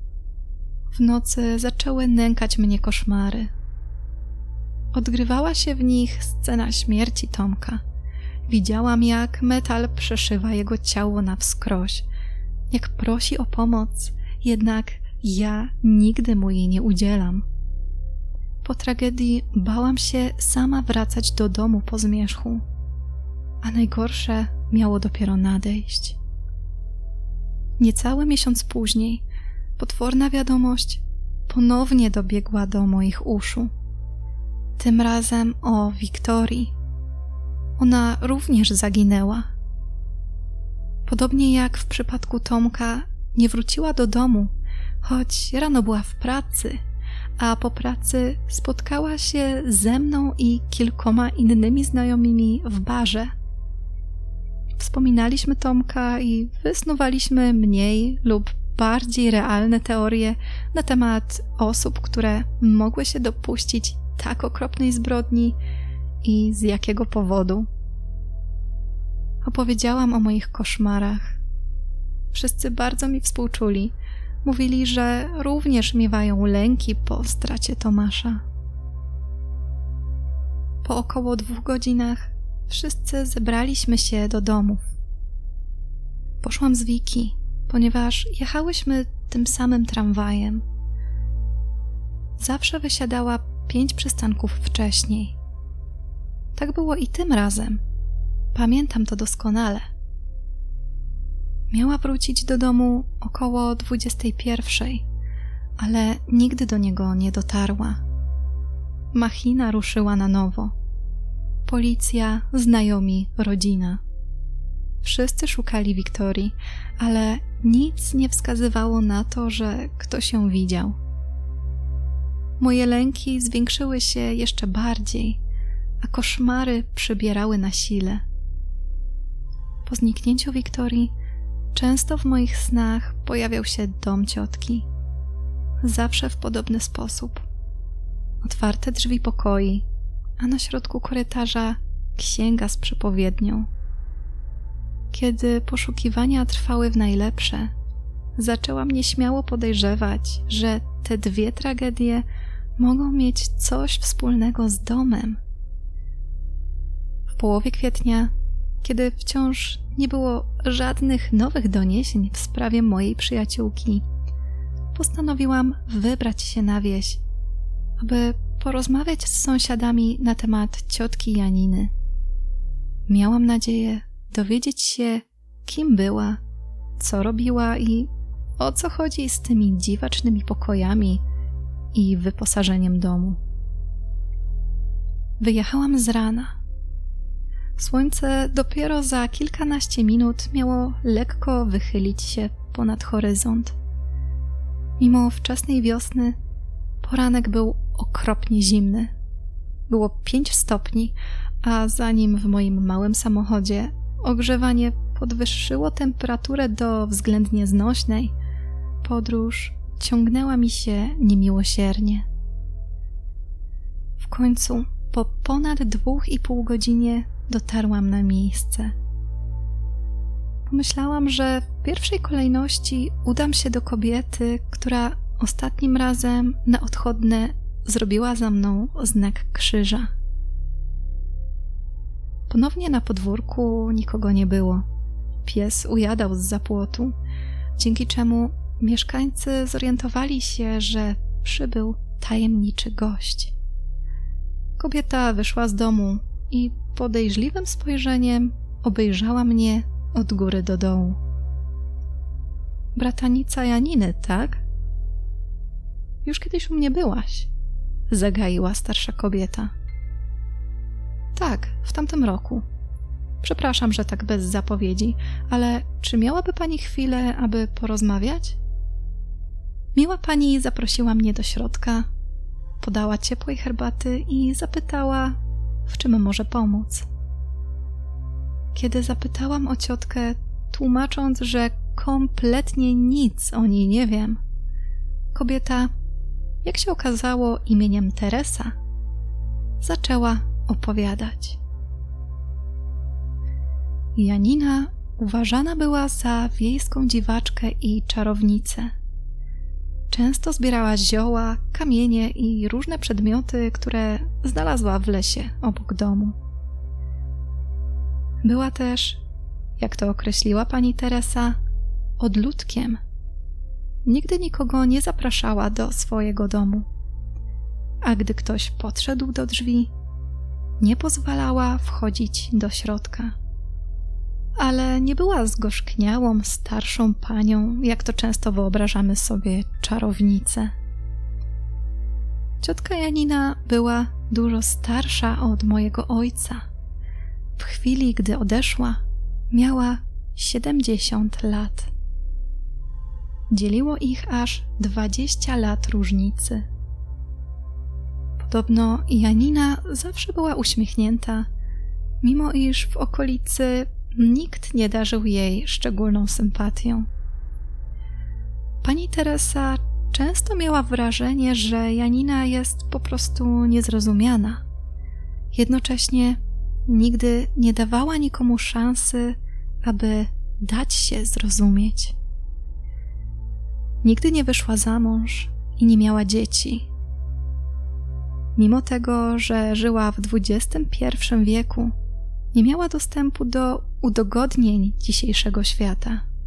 W nocy zaczęły nękać mnie koszmary. Odgrywała się w nich scena śmierci Tomka. Widziałam, jak metal przeszywa jego ciało na wskroś, jak prosi o pomoc, jednak ja nigdy mu jej nie udzielam. Po tragedii bałam się sama wracać do domu po zmierzchu, a najgorsze miało dopiero nadejść. Niecały miesiąc później potworna wiadomość ponownie dobiegła do moich uszu. Tym razem o Wiktorii. Ona również zaginęła. Podobnie jak w przypadku Tomka, nie wróciła do domu, choć rano była w pracy, a po pracy spotkała się ze mną i kilkoma innymi znajomymi w barze. Wspominaliśmy Tomka i wysnuwaliśmy mniej lub bardziej realne teorie na temat osób, które mogły się dopuścić tak okropnej zbrodni i z jakiego powodu. Opowiedziałam o moich koszmarach. Wszyscy bardzo mi współczuli. Mówili, że również miewają lęki po stracie Tomasza. Po około dwóch godzinach wszyscy zebraliśmy się do domów. Poszłam z Wiki, ponieważ jechałyśmy tym samym tramwajem. Zawsze wysiadała pięć przystanków wcześniej. Tak było i tym razem. Pamiętam to doskonale. Miała wrócić do domu około dwudziestej pierwszej, ale nigdy do niego nie dotarła. Machina ruszyła na nowo. Policja, znajomi, rodzina. Wszyscy szukali Wiktorii, ale nic nie wskazywało na to, że ktoś ją widział. Moje lęki zwiększyły się jeszcze bardziej, a koszmary przybierały na sile. Po zniknięciu Wiktorii często w moich snach pojawiał się dom ciotki. Zawsze w podobny sposób. Otwarte drzwi pokoi, a na środku korytarza księga z przypowiednią. Kiedy poszukiwania trwały w najlepsze, zaczęłam nieśmiało podejrzewać, że te dwie tragedie mogą mieć coś wspólnego z domem. W połowie kwietnia, kiedy wciąż nie było żadnych nowych doniesień w sprawie mojej przyjaciółki, postanowiłam wybrać się na wieś, aby porozmawiać z sąsiadami na temat ciotki Janiny. Miałam nadzieję dowiedzieć się, kim była, co robiła i o co chodzi z tymi dziwacznymi pokojami i wyposażeniem domu. Wyjechałam z rana. Słońce dopiero za kilkanaście minut miało lekko wychylić się ponad horyzont. Mimo wczesnej wiosny poranek był okropnie zimny. Było pięć stopni, a zanim w moim małym samochodzie ogrzewanie podwyższyło temperaturę do względnie znośnej, podróż ciągnęła mi się niemiłosiernie. W końcu, po ponad dwóch i pół godzinie dotarłam na miejsce. Pomyślałam, że w pierwszej kolejności udam się do kobiety, która ostatnim razem na odchodne zrobiła za mną znak krzyża. Ponownie na podwórku nikogo nie było. Pies ujadał zza płotu, dzięki czemu mieszkańcy zorientowali się, że przybył tajemniczy gość. Kobieta wyszła z domu i podejrzliwym spojrzeniem obejrzała mnie od góry do dołu. Bratanica Janiny, tak? Już kiedyś u mnie byłaś, zagaiła starsza kobieta. Tak, w tamtym roku. Przepraszam, że tak bez zapowiedzi, ale czy miałaby pani chwilę, aby porozmawiać? Miła pani zaprosiła mnie do środka, podała ciepłej herbaty i zapytała, w czym może pomóc. Kiedy zapytałam o ciotkę, tłumacząc, że kompletnie nic o niej nie wiem, kobieta, jak się okazało imieniem Teresa, zaczęła opowiadać. Janina uważana była za wiejską dziwaczkę i czarownicę. Często zbierała zioła, kamienie i różne przedmioty, które znalazła w lesie obok domu. Była też, jak to określiła pani Teresa, odludkiem. Nigdy nikogo nie zapraszała do swojego domu. A gdy ktoś podszedł do drzwi, nie pozwalała wchodzić do środka. Ale nie była zgorzkniałą, starszą panią, jak to często wyobrażamy sobie czarownicę. Ciotka Janina była dużo starsza od mojego ojca. W chwili, gdy odeszła, miała siedemdziesiąt lat. Dzieliło ich aż dwadzieścia lat różnicy. Podobno Janina zawsze była uśmiechnięta, mimo iż w okolicy nikt nie darzył jej szczególną sympatią. Pani Teresa często miała wrażenie, że Janina jest po prostu niezrozumiana. Jednocześnie nigdy nie dawała nikomu szansy, aby dać się zrozumieć. Nigdy nie wyszła za mąż i nie miała dzieci. Mimo tego, że żyła w dwudziestym pierwszym wieku, nie miała dostępu do udogodnień dzisiejszego świata.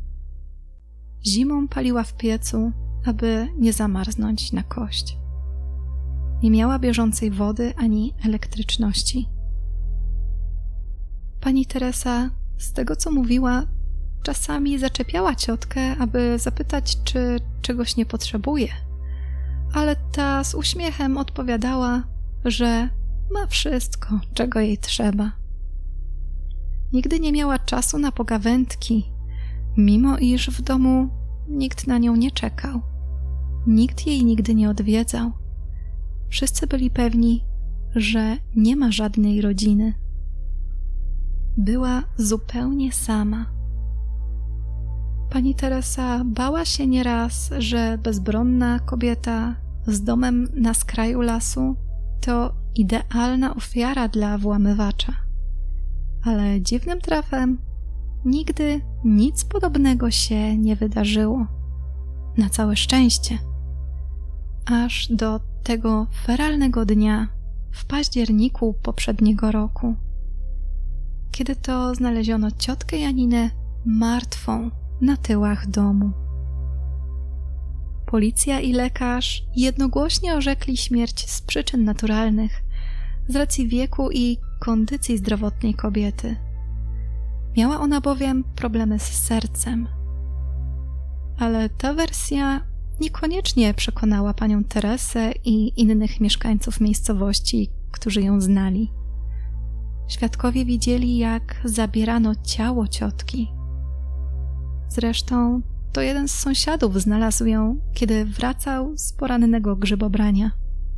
zimą paliła w piecu, aby nie zamarznąć na kość. Nie miała bieżącej wody ani elektryczności. Pani Teresa, z tego co mówiła, czasami zaczepiała ciotkę, aby zapytać, czy czegoś nie potrzebuje, ale ta z uśmiechem odpowiadała, że ma wszystko, czego jej trzeba. Nigdy nie miała czasu na pogawędki, mimo iż w domu nikt na nią nie czekał. Nikt jej nigdy nie odwiedzał. Wszyscy byli pewni, że nie ma żadnej rodziny. Była zupełnie sama. Pani Teresa bała się nieraz, że bezbronna kobieta z domem na skraju lasu to idealna ofiara dla włamywacza. Ale dziwnym trafem nigdy nic podobnego się nie wydarzyło. Na całe szczęście. Aż do tego feralnego dnia w październiku poprzedniego roku, kiedy to znaleziono ciotkę Janinę martwą na tyłach domu. Policja i lekarz jednogłośnie orzekli śmierć z przyczyn naturalnych, z racji wieku i kondycji zdrowotnej kobiety. Miała ona bowiem problemy z sercem. Ale ta wersja niekoniecznie przekonała panią Teresę i innych mieszkańców miejscowości, którzy ją znali. Świadkowie widzieli, jak zabierano ciało ciotki. Zresztą to jeden z sąsiadów znalazł ją, kiedy wracał z porannego grzybobrania.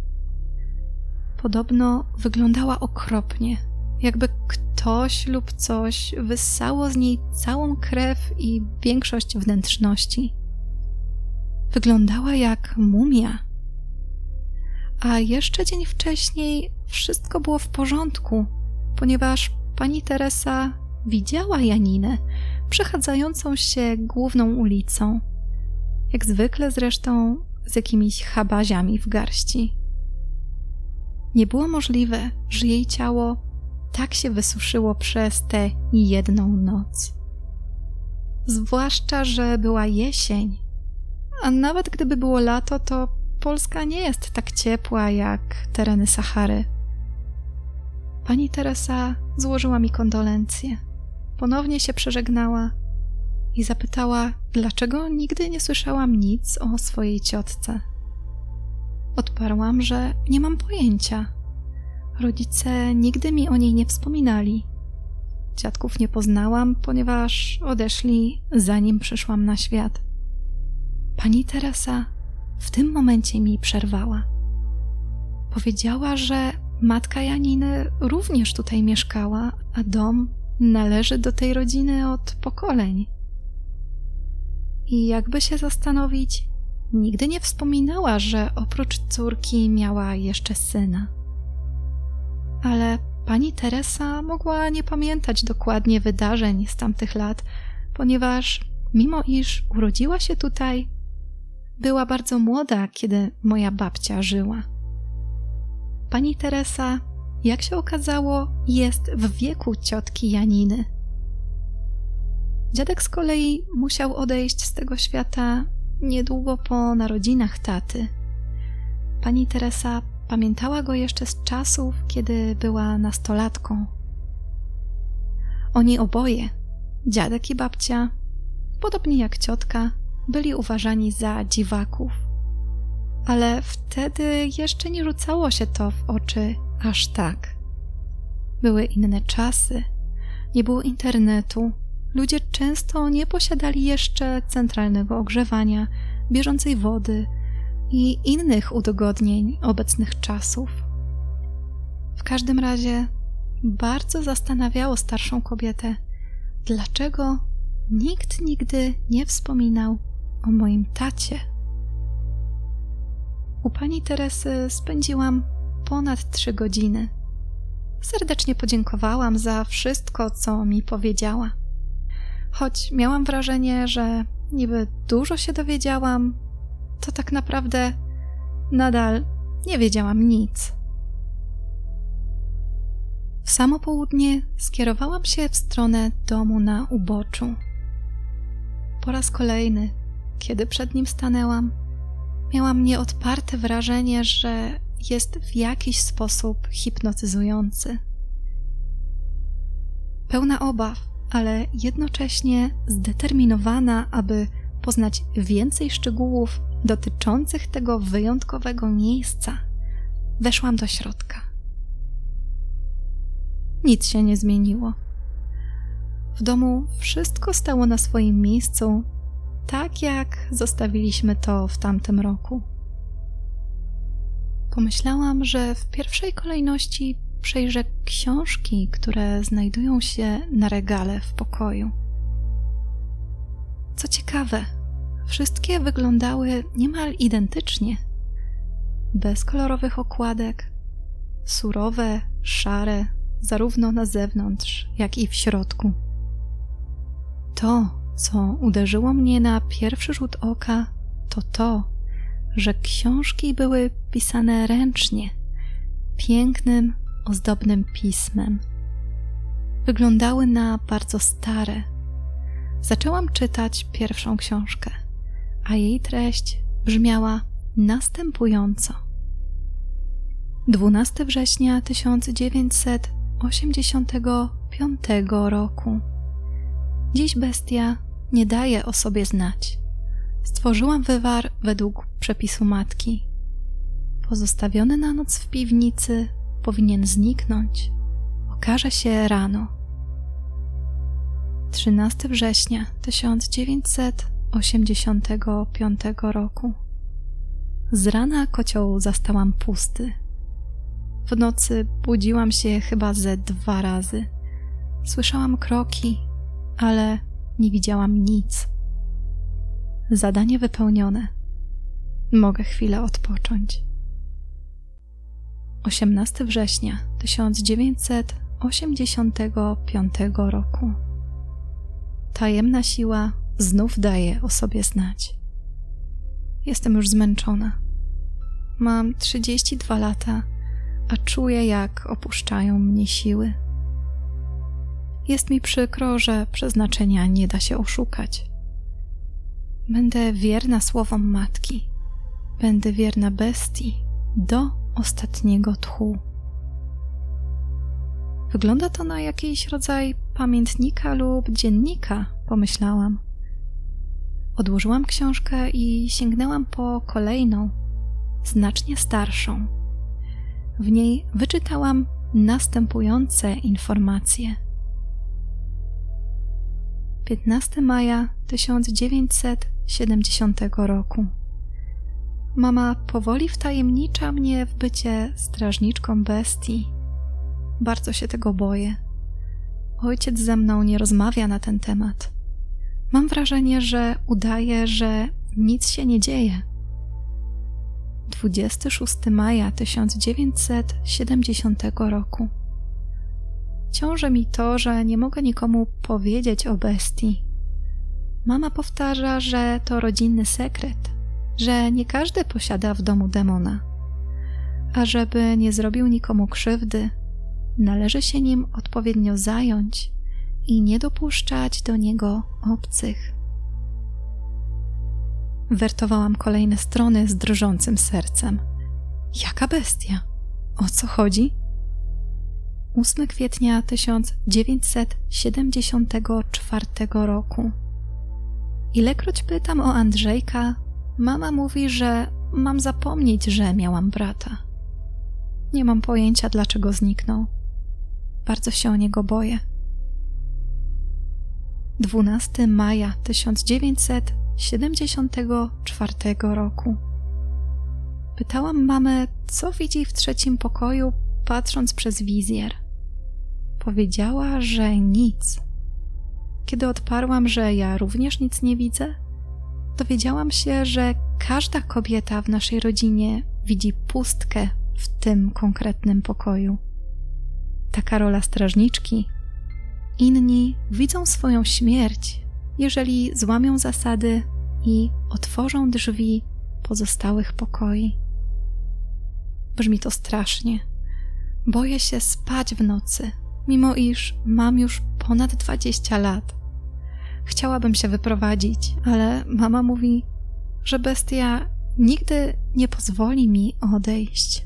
Podobno wyglądała okropnie, jakby ktoś lub coś wyssało z niej całą krew i większość wnętrzności. Wyglądała jak mumia. A jeszcze dzień wcześniej wszystko było w porządku, ponieważ pani Teresa widziała Janinę przechadzającą się główną ulicą, jak zwykle zresztą z jakimiś chabaziami w garści. Nie było możliwe, że jej ciało tak się wysuszyło przez tę jedną noc. Zwłaszcza, że była jesień, a nawet gdyby było lato, to Polska nie jest tak ciepła jak tereny Sahary. Pani Teresa złożyła mi kondolencje, ponownie się przeżegnała i zapytała, dlaczego nigdy nie słyszałam nic o swojej ciotce. Odparłam, że nie mam pojęcia. Rodzice nigdy mi o niej nie wspominali. Dziadków nie poznałam, ponieważ odeszli, zanim przyszłam na świat. Pani Teresa w tym momencie mi przerwała. Powiedziała, że matka Janiny również tutaj mieszkała, a dom należy do tej rodziny od pokoleń. I jakby się zastanowić, nigdy nie wspominała, że oprócz córki miała jeszcze syna. Ale pani Teresa mogła nie pamiętać dokładnie wydarzeń z tamtych lat, ponieważ mimo iż urodziła się tutaj, była bardzo młoda, kiedy moja babcia żyła. Pani Teresa, jak się okazało, jest w wieku ciotki Janiny. Dziadek z kolei musiał odejść z tego świata niedługo po narodzinach taty. Pani Teresa pamiętała go jeszcze z czasów, kiedy była nastolatką. Oni oboje, dziadek i babcia, podobnie jak ciotka, byli uważani za dziwaków. Ale wtedy jeszcze nie rzucało się to w oczy aż tak. Były inne czasy, nie było internetu, ludzie często nie posiadali jeszcze centralnego ogrzewania, bieżącej wody i innych udogodnień obecnych czasów. W każdym razie bardzo zastanawiało starszą kobietę, dlaczego nikt nigdy nie wspominał o moim tacie. U pani Teresy spędziłam ponad trzy godziny. Serdecznie podziękowałam za wszystko, co mi powiedziała. Choć miałam wrażenie, że niby dużo się dowiedziałam, to tak naprawdę nadal nie wiedziałam nic. W samo południe skierowałam się w stronę domu na uboczu. Po raz kolejny kiedy przed nim stanęłam, miałam nieodparte wrażenie, że jest w jakiś sposób hipnotyzujący. Pełna obaw, ale jednocześnie zdeterminowana, aby poznać więcej szczegółów dotyczących tego wyjątkowego miejsca, weszłam do środka. Nic się nie zmieniło. W domu wszystko stało na swoim miejscu, tak jak zostawiliśmy to w tamtym roku. Pomyślałam, że w pierwszej kolejności przejrzę książki, które znajdują się na regale w pokoju. Co ciekawe, wszystkie wyglądały niemal identycznie. Bez kolorowych okładek, surowe, szare, zarówno na zewnątrz, jak i w środku. To, co uderzyło mnie na pierwszy rzut oka, to to, że książki były pisane ręcznie, pięknym, ozdobnym pismem. Wyglądały na bardzo stare. Zaczęłam czytać pierwszą książkę, a jej treść brzmiała następująco. dwunastego września tysiąc dziewięćset osiemdziesiątego piątego roku. Dziś bestia nie daje o sobie znać. Stworzyłam wywar według przepisu matki. Pozostawiony na noc w piwnicy powinien zniknąć. Okaże się rano. trzynastego września tysiąc dziewięćset osiemdziesiątego piątego roku. Z rana kocioł zastałam pusty. W nocy budziłam się chyba ze dwa razy. Słyszałam kroki, ale nie widziałam nic. Zadanie wypełnione. Mogę chwilę odpocząć. osiemnastego września tysiąc dziewięćset osiemdziesiątego piątego roku. Tajemna siła znów daje o sobie znać. Jestem już zmęczona. Mam trzydzieści dwa lata, a czuję, jak opuszczają mnie siły. Jest mi przykro, że przeznaczenia nie da się oszukać. Będę wierna słowom matki. Będę wierna bestii do ostatniego tchu. Wygląda to na jakiś rodzaj pamiętnika lub dziennika, pomyślałam. Odłożyłam książkę i sięgnęłam po kolejną, znacznie starszą. W niej wyczytałam następujące informacje. piętnastego maja tysiąc dziewięćset siedemdziesiątego roku. Mama powoli wtajemnicza mnie w bycie strażniczką bestii. Bardzo się tego boję. Ojciec ze mną nie rozmawia na ten temat. Mam wrażenie, że udaje, że nic się nie dzieje. dwudziestego szóstego maja tysiąc dziewięćset siedemdziesiątego roku. Ciąży mi to, że nie mogę nikomu powiedzieć o bestii. Mama powtarza, że to rodzinny sekret, że nie każdy posiada w domu demona, a żeby nie zrobił nikomu krzywdy, należy się nim odpowiednio zająć i nie dopuszczać do niego obcych. Wertowałam kolejne strony z drżącym sercem. Jaka bestia? O co chodzi? ósmego kwietnia tysiąc dziewięćset siedemdziesiątego czwartego roku. Ilekroć pytam o Andrzejka, mama mówi, że mam zapomnieć, że miałam brata. Nie mam pojęcia, dlaczego zniknął. Bardzo się o niego boję. dwunastego maja tysiąc dziewięćset siedemdziesiątego czwartego roku. Pytałam mamę, co widzi w trzecim pokoju, patrząc przez wizjer. Powiedziała, że nic. Kiedy odparłam, że ja również nic nie widzę, dowiedziałam się, że każda kobieta w naszej rodzinie widzi pustkę w tym konkretnym pokoju. Taka rola strażniczki. Inni widzą swoją śmierć, jeżeli złamią zasady i otworzą drzwi pozostałych pokoi. Brzmi to strasznie. Boję się spać w nocy, mimo iż mam już ponad dwadzieścia lat. Chciałabym się wyprowadzić, ale mama mówi, że bestia nigdy nie pozwoli mi odejść.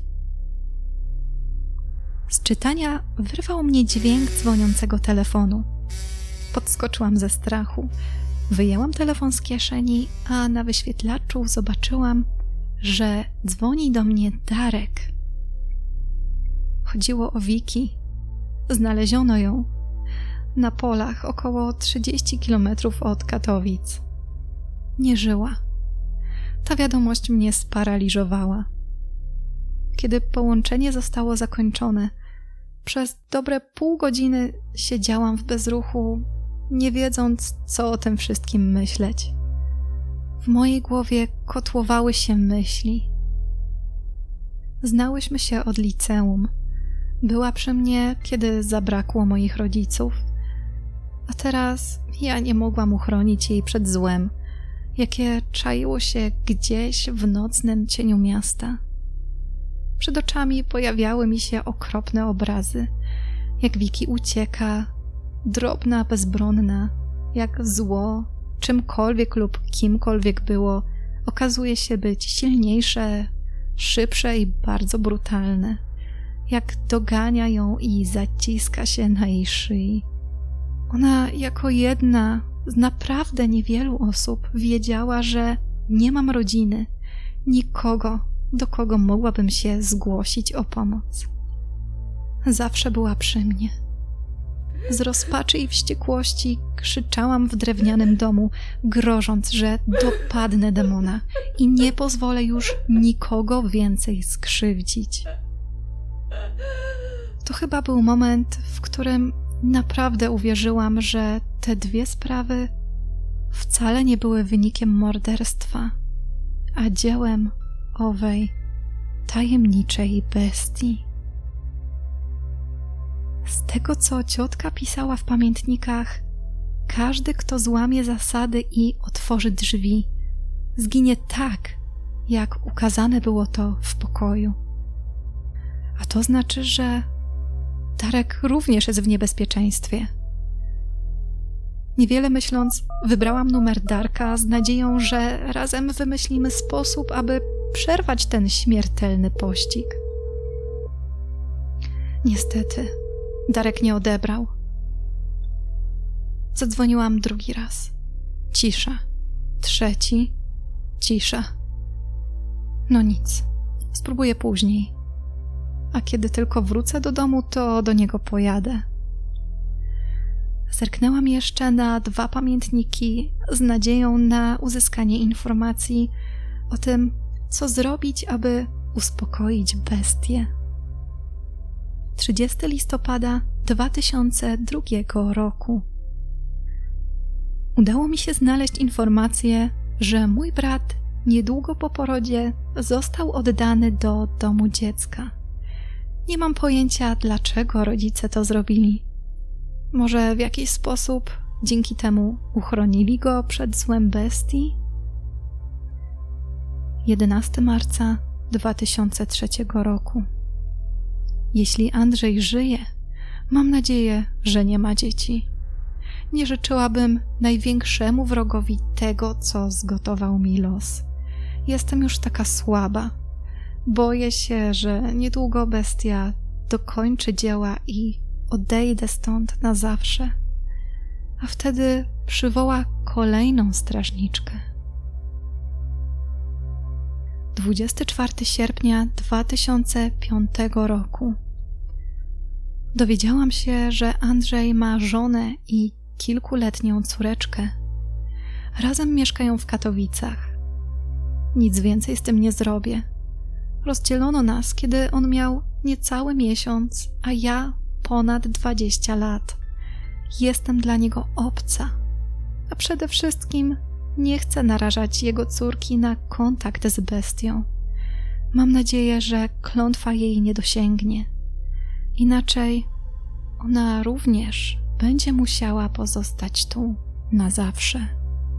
Z czytania wyrwał mnie dźwięk dzwoniącego telefonu. Podskoczyłam ze strachu. Wyjęłam telefon z kieszeni, a na wyświetlaczu zobaczyłam, że dzwoni do mnie Darek. Chodziło o Wiki. Znaleziono ją na polach około trzydzieści kilometrów od Katowic. Nie żyła. Ta wiadomość mnie sparaliżowała. Kiedy połączenie zostało zakończone, przez dobre pół godziny siedziałam w bezruchu, nie wiedząc, co o tym wszystkim myśleć. W mojej głowie kotłowały się myśli. Znałyśmy się od liceum. Była przy mnie, kiedy zabrakło moich rodziców. A teraz ja nie mogłam uchronić jej przed złem, jakie czaiło się gdzieś w nocnym cieniu miasta. Przed oczami pojawiały mi się okropne obrazy, jak Wiki ucieka, drobna, bezbronna, jak zło, czymkolwiek lub kimkolwiek było, okazuje się być silniejsze, szybsze i bardzo brutalne, jak dogania ją i zaciska się na jej szyi. Ona jako jedna z naprawdę niewielu osób wiedziała, że nie mam rodziny, nikogo, do kogo mogłabym się zgłosić o pomoc. Zawsze była przy mnie. Z rozpaczy i wściekłości krzyczałam w drewnianym domu, grożąc, że dopadnę demona i nie pozwolę już nikogo więcej skrzywdzić. To chyba był moment, w którym naprawdę uwierzyłam, że te dwie sprawy wcale nie były wynikiem morderstwa, a dziełem owej tajemniczej bestii. Z tego, co ciotka pisała w pamiętnikach, każdy, kto złamie zasady i otworzy drzwi, zginie tak, jak ukazane było to w pokoju. A to znaczy, że Darek również jest w niebezpieczeństwie. Niewiele myśląc, wybrałam numer Darka z nadzieją, że razem wymyślimy sposób, aby przerwać ten śmiertelny pościg. Niestety, Darek nie odebrał. Zadzwoniłam drugi raz. Cisza. Trzeci. Cisza. No nic. Spróbuję później. A kiedy tylko wrócę do domu, to do niego pojadę. Zerknęłam jeszcze na dwa pamiętniki z nadzieją na uzyskanie informacji o tym, co zrobić, aby uspokoić bestię. trzydziestego listopada dwa tysiące drugiego roku. Udało mi się znaleźć informację, że mój brat niedługo po porodzie został oddany do domu dziecka. Nie mam pojęcia, dlaczego rodzice to zrobili. Może w jakiś sposób dzięki temu uchronili go przed złem bestii? jedenastego marca dwa tysiące trzeciego roku. Jeśli Andrzej żyje, mam nadzieję, że nie ma dzieci. Nie życzyłabym największemu wrogowi tego, co zgotował mi los. Jestem już taka słaba. Boję się, że niedługo bestia dokończy dzieła i odejdę stąd na zawsze. A wtedy przywoła kolejną strażniczkę. dwudziestego czwartego sierpnia dwa tysiące piątego roku. Dowiedziałam się, że Andrzej ma żonę i kilkuletnią córeczkę. Razem mieszkają w Katowicach. Nic więcej z tym nie zrobię. Rozdzielono nas, kiedy on miał niecały miesiąc, a ja ponad dwadzieścia lat. Jestem dla niego obca, a przede wszystkim nie chcę narażać jego córki na kontakt z bestią. Mam nadzieję, że klątwa jej nie dosięgnie. Inaczej ona również będzie musiała pozostać tu na zawsze.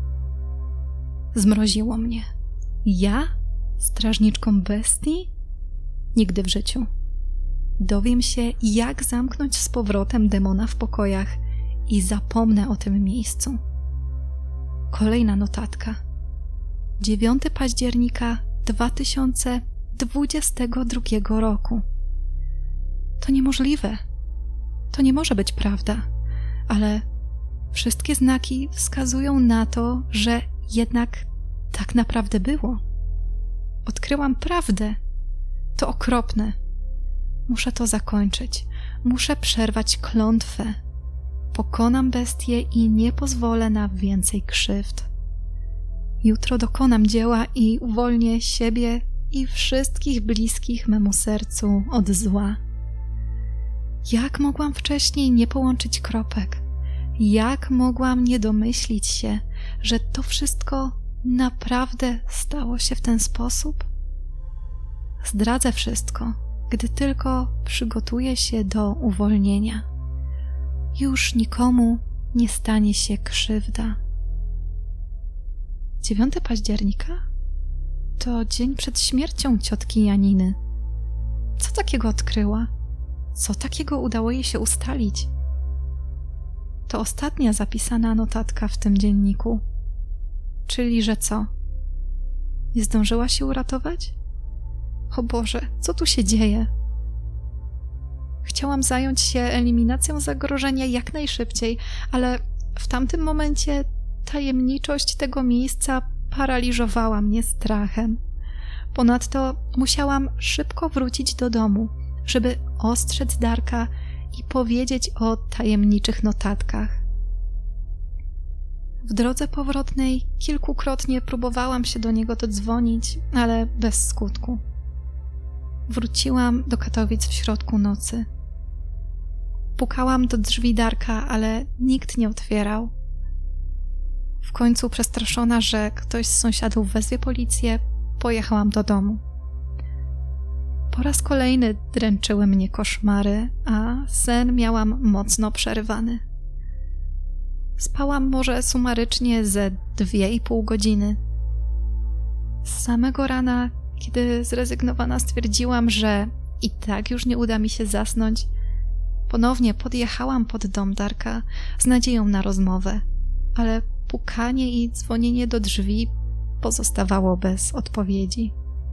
Zmroziło mnie. Ja? Strażniczką bestii? Nigdy w życiu. Dowiem się, jak zamknąć z powrotem demona w pokojach i zapomnę o tym miejscu. Kolejna notatka. dziewiątego października dwa tysiące dwudziestego drugiego roku. To niemożliwe. To nie może być prawda, ale wszystkie znaki wskazują na to, że jednak tak naprawdę było. Odkryłam prawdę. To okropne. Muszę to zakończyć. Muszę przerwać klątwę. Pokonam bestię i nie pozwolę na więcej krzywd. Jutro dokonam dzieła i uwolnię siebie i wszystkich bliskich memu sercu od zła. Jak mogłam wcześniej nie połączyć kropek? Jak mogłam nie domyślić się, że to wszystko naprawdę stało się w ten sposób? Zdradzę wszystko, gdy tylko przygotuję się do uwolnienia. Już nikomu nie stanie się krzywda. dziewiątego października? To dzień przed śmiercią ciotki Janiny. Co takiego odkryła? Co takiego udało jej się ustalić? To ostatnia zapisana notatka w tym dzienniku. Czyli, że co? Nie zdążyła się uratować? O Boże, co tu się dzieje? Chciałam zająć się eliminacją zagrożenia jak najszybciej, ale w tamtym momencie tajemniczość tego miejsca paraliżowała mnie strachem. Ponadto musiałam szybko wrócić do domu, żeby ostrzec Darka i powiedzieć o tajemniczych notatkach. W drodze powrotnej kilkukrotnie próbowałam się do niego dodzwonić, ale bez skutku. Wróciłam do Katowic w środku nocy. Pukałam do drzwi Darka, ale nikt nie otwierał. W końcu przestraszona, że ktoś z sąsiadów wezwie policję, pojechałam do domu. Po raz kolejny dręczyły mnie koszmary, a sen miałam mocno przerywany. Spałam może sumarycznie ze dwie i pół godziny. Z samego rana, kiedy zrezygnowana stwierdziłam, że i tak już nie uda mi się zasnąć, ponownie podjechałam pod dom Darka z nadzieją na rozmowę, ale pukanie i dzwonienie do drzwi pozostawało bez odpowiedzi.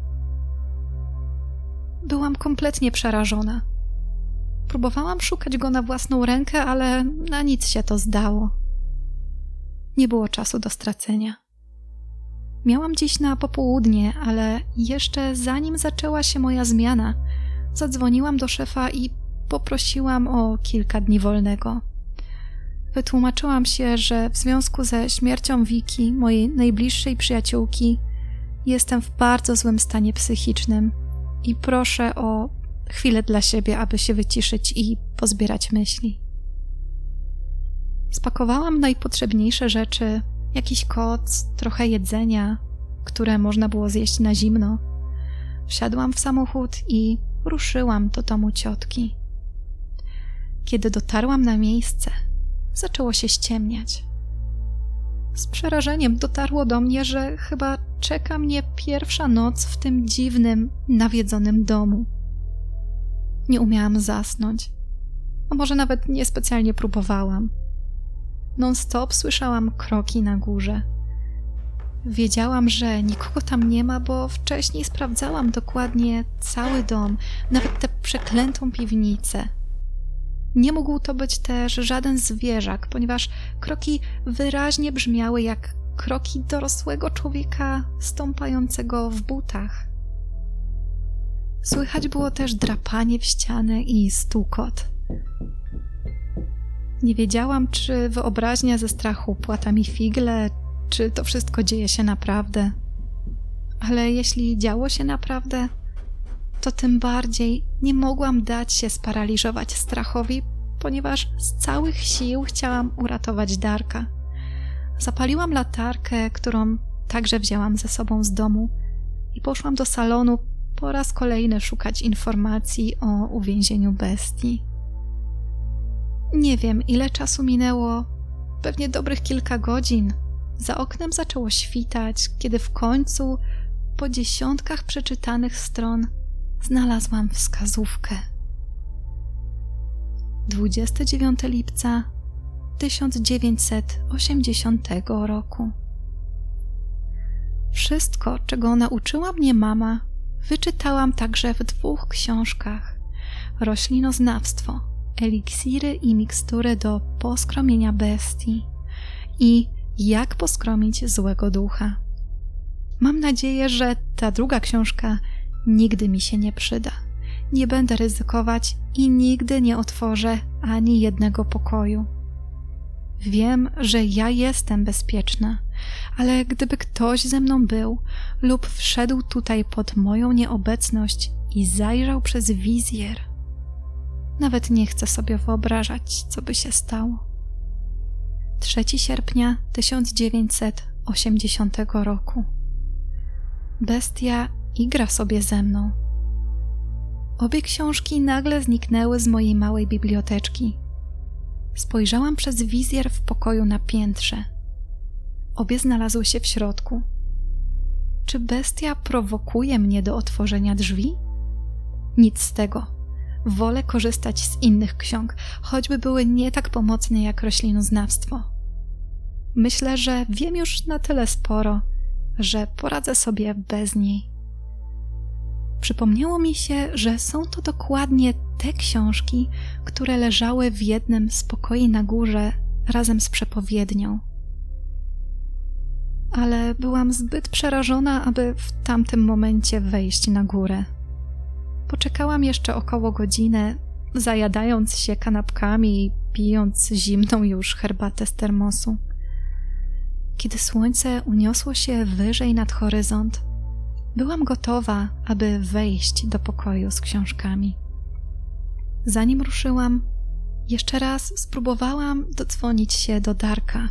Byłam kompletnie przerażona. Próbowałam szukać go na własną rękę, ale na nic się to zdało. Nie było czasu do stracenia. Miałam dziś na popołudnie, ale jeszcze zanim zaczęła się moja zmiana, zadzwoniłam do szefa i poprosiłam o kilka dni wolnego. Wytłumaczyłam się, że w związku ze śmiercią Wiki, mojej najbliższej przyjaciółki, jestem w bardzo złym stanie psychicznym i proszę o chwilę dla siebie, aby się wyciszyć i pozbierać myśli. Spakowałam najpotrzebniejsze rzeczy, jakiś koc, trochę jedzenia, które można było zjeść na zimno. Wsiadłam w samochód i ruszyłam do domu ciotki. Kiedy dotarłam na miejsce, zaczęło się ściemniać. Z przerażeniem dotarło do mnie, że chyba czeka mnie pierwsza noc w tym dziwnym, nawiedzonym domu. Nie umiałam zasnąć, a może nawet niespecjalnie próbowałam. Non-stop słyszałam kroki na górze. Wiedziałam, że nikogo tam nie ma, bo wcześniej sprawdzałam dokładnie cały dom, nawet tę przeklętą piwnicę. Nie mógł to być też żaden zwierzak, ponieważ kroki wyraźnie brzmiały jak kroki dorosłego człowieka stąpającego w butach. Słychać było też drapanie w ścianę i stukot. Nie wiedziałam, czy wyobraźnia ze strachu płata mi figle, czy to wszystko dzieje się naprawdę. Ale jeśli działo się naprawdę, to tym bardziej nie mogłam dać się sparaliżować strachowi, ponieważ z całych sił chciałam uratować Darka. Zapaliłam latarkę, którą także wzięłam ze sobą z domu i poszłam do salonu po raz kolejny szukać informacji o uwięzieniu bestii. Nie wiem, ile czasu minęło, pewnie dobrych kilka godzin. Za oknem zaczęło świtać, kiedy w końcu, po dziesiątkach przeczytanych stron, znalazłam wskazówkę. dwudziestego dziewiątego lipca tysiąc dziewięćset osiemdziesiątego roku. Wszystko, czego nauczyła mnie mama, wyczytałam także w dwóch książkach: Roślinoznawstwo, eliksiry i mikstury do poskromienia bestii i Jak poskromić złego ducha. Mam nadzieję, że ta druga książka nigdy mi się nie przyda. Nie będę ryzykować i nigdy nie otworzę ani jednego pokoju. Wiem, że ja jestem bezpieczna, ale gdyby ktoś ze mną był lub wszedł tutaj pod moją nieobecność i zajrzał przez wizjer, nawet nie chcę sobie wyobrażać, co by się stało. trzeciego sierpnia tysiąc dziewięćset osiemdziesiątego roku. Bestia igra sobie ze mną. Obie książki nagle zniknęły z mojej małej biblioteczki. Spojrzałam przez wizjer w pokoju na piętrze. Obie znalazły się w środku. Czy bestia prowokuje mnie do otworzenia drzwi? Nic z tego. Wolę korzystać z innych ksiąg, choćby były nie tak pomocne jak roślinoznawstwo. Myślę, że wiem już na tyle sporo, że poradzę sobie bez niej. Przypomniało mi się, że są to dokładnie te książki, które leżały w jednym z pokoi na górze razem z przepowiednią. Ale byłam zbyt przerażona, aby w tamtym momencie wejść na górę. Poczekałam jeszcze około godzinę, zajadając się kanapkami i pijąc zimną już herbatę z termosu. Kiedy słońce uniosło się wyżej nad horyzont, byłam gotowa, aby wejść do pokoju z książkami. Zanim ruszyłam, jeszcze raz spróbowałam dodzwonić się do Darka.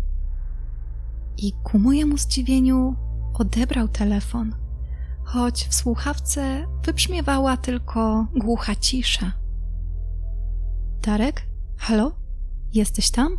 I ku mojemu zdziwieniu odebrał telefon, choć w słuchawce wybrzmiewała tylko głucha cisza. Darek? Halo? Jesteś tam?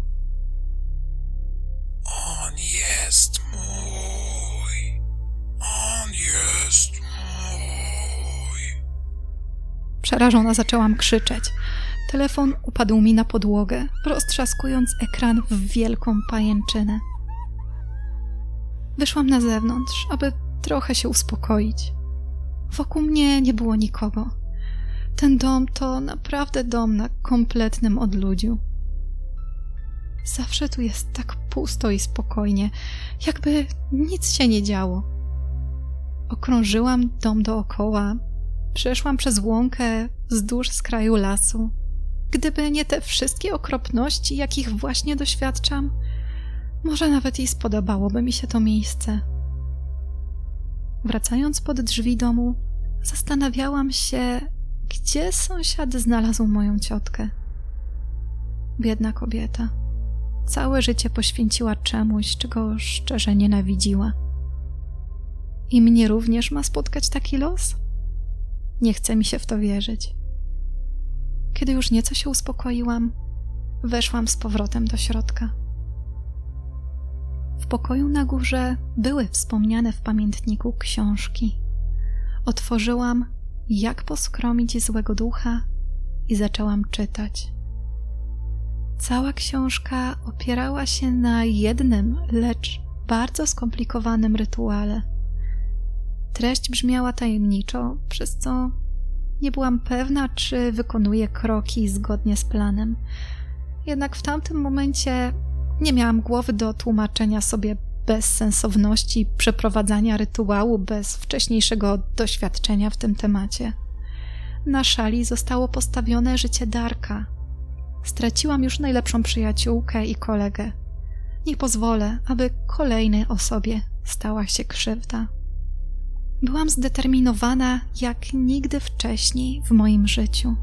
On jest mój. On jest mój. Przerażona zaczęłam krzyczeć. Telefon upadł mi na podłogę, roztrzaskując ekran w wielką pajęczynę. Wyszłam na zewnątrz, aby trochę się uspokoić. Wokół mnie nie było nikogo. Ten dom to naprawdę dom na kompletnym odludziu. Zawsze tu jest tak pusto i spokojnie, jakby nic się nie działo. Okrążyłam dom dookoła, przeszłam przez łąkę wzdłuż skraju lasu. Gdyby nie te wszystkie okropności, jakich właśnie doświadczam, może nawet i spodobałoby mi się to miejsce. Wracając pod drzwi domu, zastanawiałam się, gdzie sąsiad znalazł moją ciotkę. Biedna kobieta. Całe życie poświęciła czemuś, czego szczerze nienawidziła. I mnie również ma spotkać taki los? Nie chce mi się w to wierzyć. Kiedy już nieco się uspokoiłam, weszłam z powrotem do środka. W pokoju na górze były wspomniane w pamiętniku książki. Otworzyłam Jak poskromić złego ducha i zaczęłam czytać. Cała książka opierała się na jednym, lecz bardzo skomplikowanym rytuale. Treść brzmiała tajemniczo, przez co nie byłam pewna, czy wykonuję kroki zgodnie z planem. Jednak w tamtym momencie nie miałam głowy do tłumaczenia sobie bezsensowności przeprowadzania rytuału bez wcześniejszego doświadczenia w tym temacie. Na szali zostało postawione życie Darka. Straciłam już najlepszą przyjaciółkę i kolegę. Nie pozwolę, aby kolejnej osobie stała się krzywda. Byłam zdeterminowana jak nigdy wcześniej w moim życiu.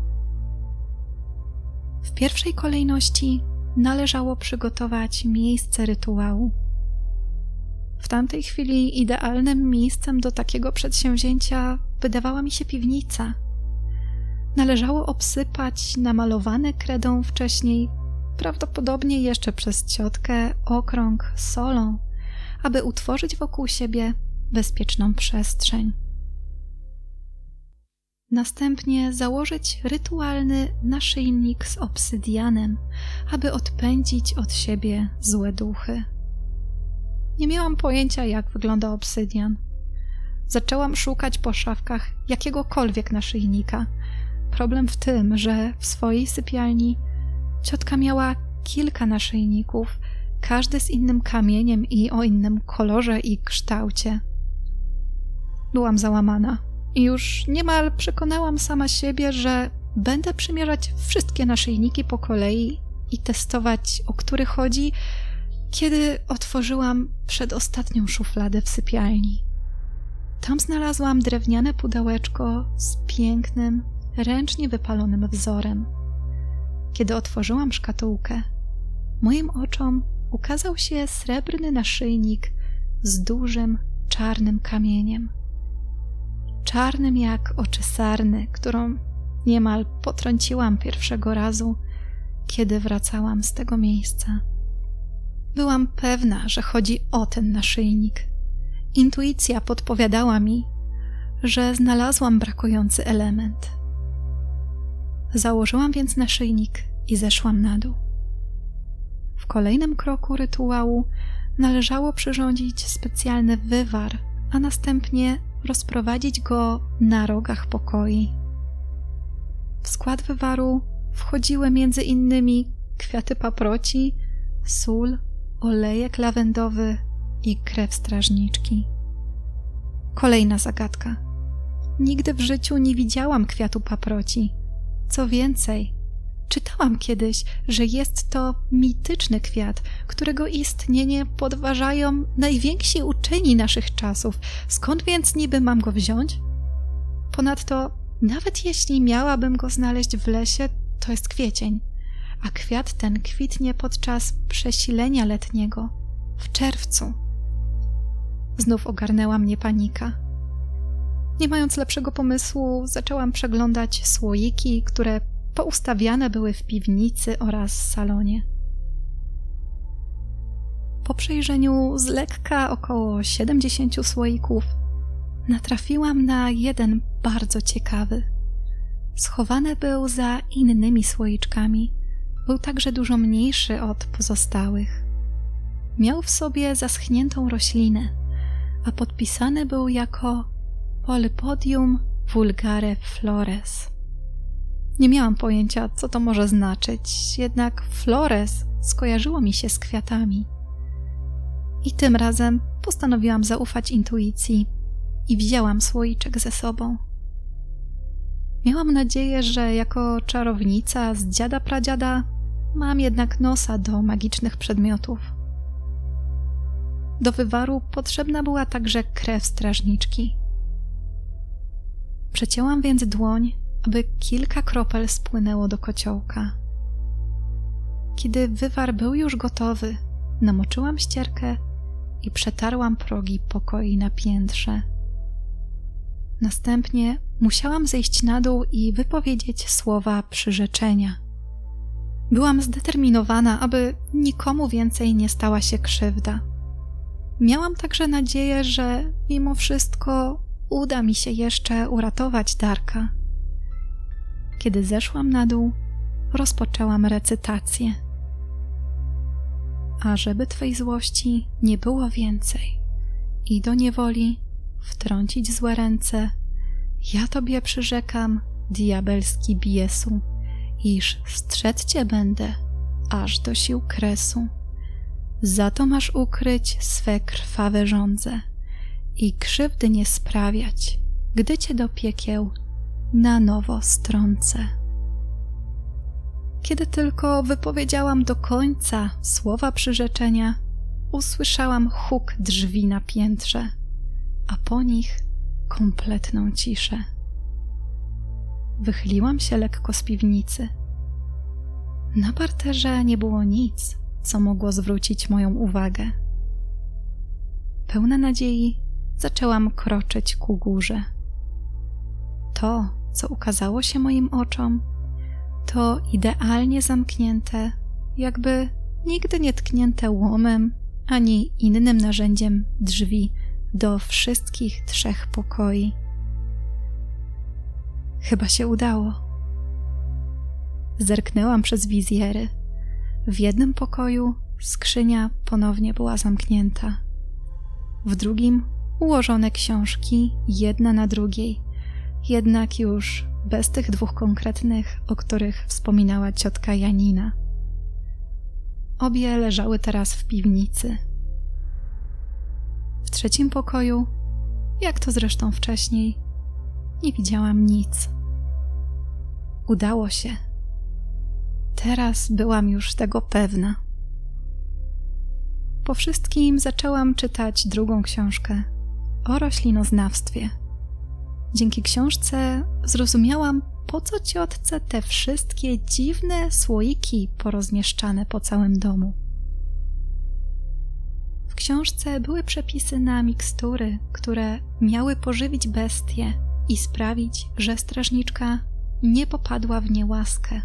W pierwszej kolejności należało przygotować miejsce rytuału. W tamtej chwili idealnym miejscem do takiego przedsięwzięcia wydawała mi się piwnica. Należało obsypać namalowany kredą wcześniej, prawdopodobnie jeszcze przez ciotkę, okrąg solą, aby utworzyć wokół siebie bezpieczną przestrzeń. Następnie założyć rytualny naszyjnik z obsydianem, aby odpędzić od siebie złe duchy. Nie miałam pojęcia, jak wygląda obsydian. Zaczęłam szukać po szafkach jakiegokolwiek naszyjnika. Problem w tym, że w swojej sypialni ciotka miała kilka naszyjników, każdy z innym kamieniem i o innym kolorze i kształcie. Byłam załamana i już niemal przekonałam sama siebie, że będę przymierzać wszystkie naszyjniki po kolei i testować, o który chodzi, kiedy otworzyłam przedostatnią szufladę w sypialni. Tam znalazłam drewniane pudełeczko z pięknym, ręcznie wypalonym wzorem. Kiedy otworzyłam szkatułkę, moim oczom ukazał się srebrny naszyjnik z dużym, czarnym kamieniem. Czarnym jak oczy sarny, którą niemal potrąciłam pierwszego razu, kiedy wracałam z tego miejsca. Byłam pewna, że chodzi o ten naszyjnik. Intuicja podpowiadała mi, że znalazłam brakujący element. Założyłam więc naszyjnik i zeszłam na dół. W kolejnym kroku rytuału należało przyrządzić specjalny wywar, a następnie rozprowadzić go na rogach pokoi. W skład wywaru wchodziły między innymi kwiaty paproci, sól, olejek lawendowy i krew strażniczki. Kolejna zagadka. Nigdy w życiu nie widziałam kwiatu paproci. Co więcej, czytałam kiedyś, że jest to mityczny kwiat, którego istnienie podważają najwięksi uczeni naszych czasów. Skąd więc niby mam go wziąć? Ponadto, nawet jeśli miałabym go znaleźć w lesie, to jest kwiecień, a kwiat ten kwitnie podczas przesilenia letniego, w czerwcu. Znów ogarnęła mnie panika. Nie mając lepszego pomysłu, zaczęłam przeglądać słoiki, które poustawiane były w piwnicy oraz salonie. Po przejrzeniu z lekka około siedemdziesięciu słoików natrafiłam na jeden bardzo ciekawy. Schowany był za innymi słoiczkami, był także dużo mniejszy od pozostałych. Miał w sobie zaschniętą roślinę, a podpisany był jako Polypodium vulgare flores. Nie miałam pojęcia, co to może znaczyć, jednak flores skojarzyło mi się z kwiatami. I tym razem postanowiłam zaufać intuicji i wzięłam słoiczek ze sobą. Miałam nadzieję, że jako czarownica z dziada pradziada mam jednak nosa do magicznych przedmiotów. Do wywaru potrzebna była także krew strażniczki. Przecięłam więc dłoń, aby kilka kropel spłynęło do kociołka. Kiedy wywar był już gotowy, namoczyłam ścierkę i przetarłam progi pokoi na piętrze. Następnie musiałam zejść na dół i wypowiedzieć słowa przyrzeczenia. Byłam zdeterminowana, aby nikomu więcej nie stała się krzywda. Miałam także nadzieję, że mimo wszystko uda mi się jeszcze uratować Darka. Kiedy zeszłam na dół, rozpoczęłam recytację. A żeby twej złości nie było więcej i do niewoli wtrącić złe ręce, ja tobie przyrzekam, diabelski biesu, iż strzec cię będę aż do sił kresu. Za to masz ukryć swe krwawe żądze i krzywdy nie sprawiać, gdy cię do piekieł na nowo strącę. Kiedy tylko wypowiedziałam do końca słowa przyrzeczenia, usłyszałam huk drzwi na piętrze, a po nich kompletną ciszę. Wychyliłam się lekko z piwnicy. Na parterze nie było nic, co mogło zwrócić moją uwagę. Pełna nadziei zaczęłam kroczyć ku górze. To, co ukazało się moim oczom, to idealnie zamknięte, jakby nigdy nie tknięte łomem ani innym narzędziem drzwi do wszystkich trzech pokoi. Chyba się udało. Zerknęłam przez wizjery. W jednym pokoju skrzynia ponownie była zamknięta, w drugim ułożone książki, jedna na drugiej, jednak już bez tych dwóch konkretnych, o których wspominała ciotka Janina. Obie leżały teraz w piwnicy. W trzecim pokoju, jak to zresztą wcześniej, nie widziałam nic. Udało się. Teraz byłam już tego pewna. Po wszystkim zaczęłam czytać drugą książkę o roślinoznawstwie. Dzięki książce zrozumiałam, po co ciotce te wszystkie dziwne słoiki porozmieszczane po całym domu. W książce były przepisy na mikstury, które miały pożywić bestię i sprawić, że strażniczka nie popadła w niełaskę.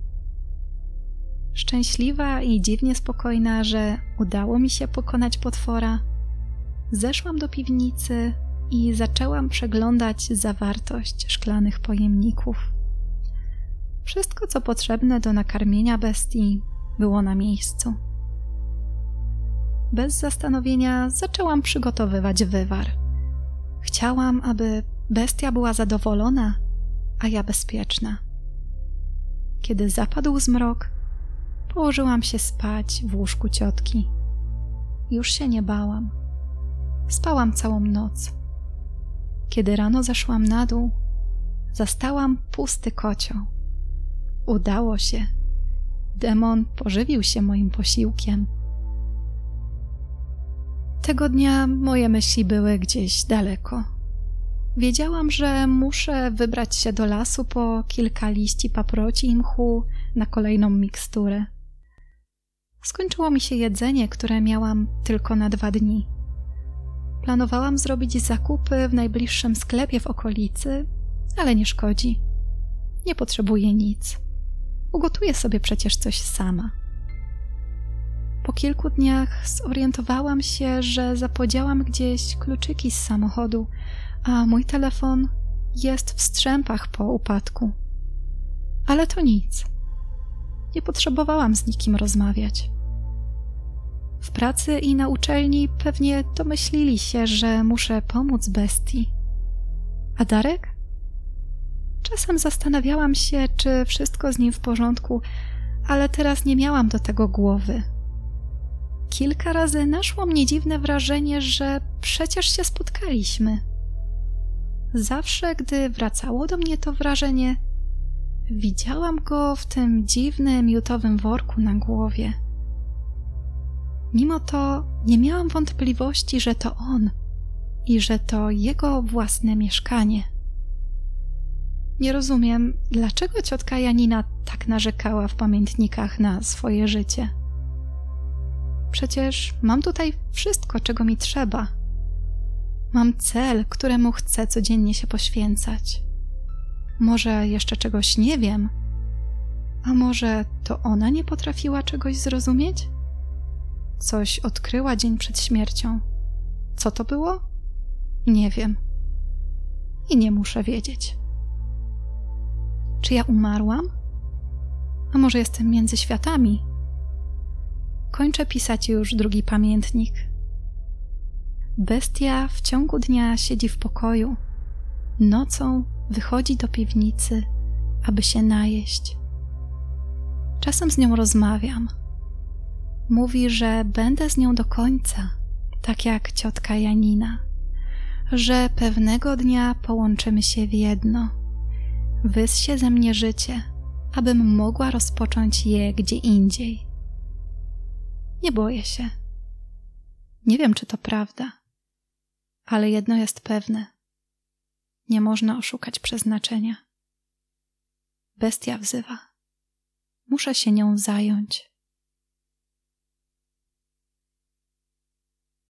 Szczęśliwa i dziwnie spokojna, że udało mi się pokonać potwora, zeszłam do piwnicy i zaczęłam przeglądać zawartość szklanych pojemników. Wszystko, co potrzebne do nakarmienia bestii, było na miejscu. Bez zastanowienia zaczęłam przygotowywać wywar. Chciałam, aby bestia była zadowolona, a ja bezpieczna. Kiedy zapadł zmrok, położyłam się spać w łóżku ciotki. Już się nie bałam. Spałam całą noc. Kiedy rano zeszłam na dół, zastałam pusty kocioł. Udało się. Demon pożywił się moim posiłkiem. Tego dnia moje myśli były gdzieś daleko. Wiedziałam, że muszę wybrać się do lasu po kilka liści paproci i mchu na kolejną miksturę. Skończyło mi się jedzenie, które miałam tylko na dwa dni. Planowałam zrobić zakupy w najbliższym sklepie w okolicy, ale nie szkodzi. Nie potrzebuję nic. Ugotuję sobie przecież coś sama. Po kilku dniach zorientowałam się, że zapodziałam gdzieś kluczyki z samochodu, a mój telefon jest w strzępach po upadku. Ale to nic. Nie potrzebowałam z nikim rozmawiać. W pracy i na uczelni pewnie domyślili się, że muszę pomóc bestii. A Darek? Czasem zastanawiałam się, czy wszystko z nim w porządku, ale teraz nie miałam do tego głowy. Kilka razy naszło mnie dziwne wrażenie, że przecież się spotkaliśmy. Zawsze, gdy wracało do mnie to wrażenie, widziałam go w tym dziwnym miutowym worku na głowie. Mimo to nie miałam wątpliwości, że to on i że to jego własne mieszkanie. Nie rozumiem, dlaczego ciotka Janina tak narzekała w pamiętnikach na swoje życie. Przecież mam tutaj wszystko, czego mi trzeba. Mam cel, któremu chcę codziennie się poświęcać. Może jeszcze czegoś nie wiem? A może to ona nie potrafiła czegoś zrozumieć? Coś odkryła dzień przed śmiercią. Co to było? Nie wiem. I nie muszę wiedzieć. Czy ja umarłam? A może jestem między światami? Kończę pisać już drugi pamiętnik. Bestia w ciągu dnia siedzi w pokoju. Nocą wychodzi do piwnicy, aby się najeść. Czasem z nią rozmawiam. Mówi, że będę z nią do końca, tak jak ciotka Janina, że pewnego dnia połączymy się w jedno. Wyssie ze mnie życie, abym mogła rozpocząć je gdzie indziej. Nie boję się. Nie wiem, czy to prawda, ale jedno jest pewne. Nie można oszukać przeznaczenia. Bestia wzywa. Muszę się nią zająć.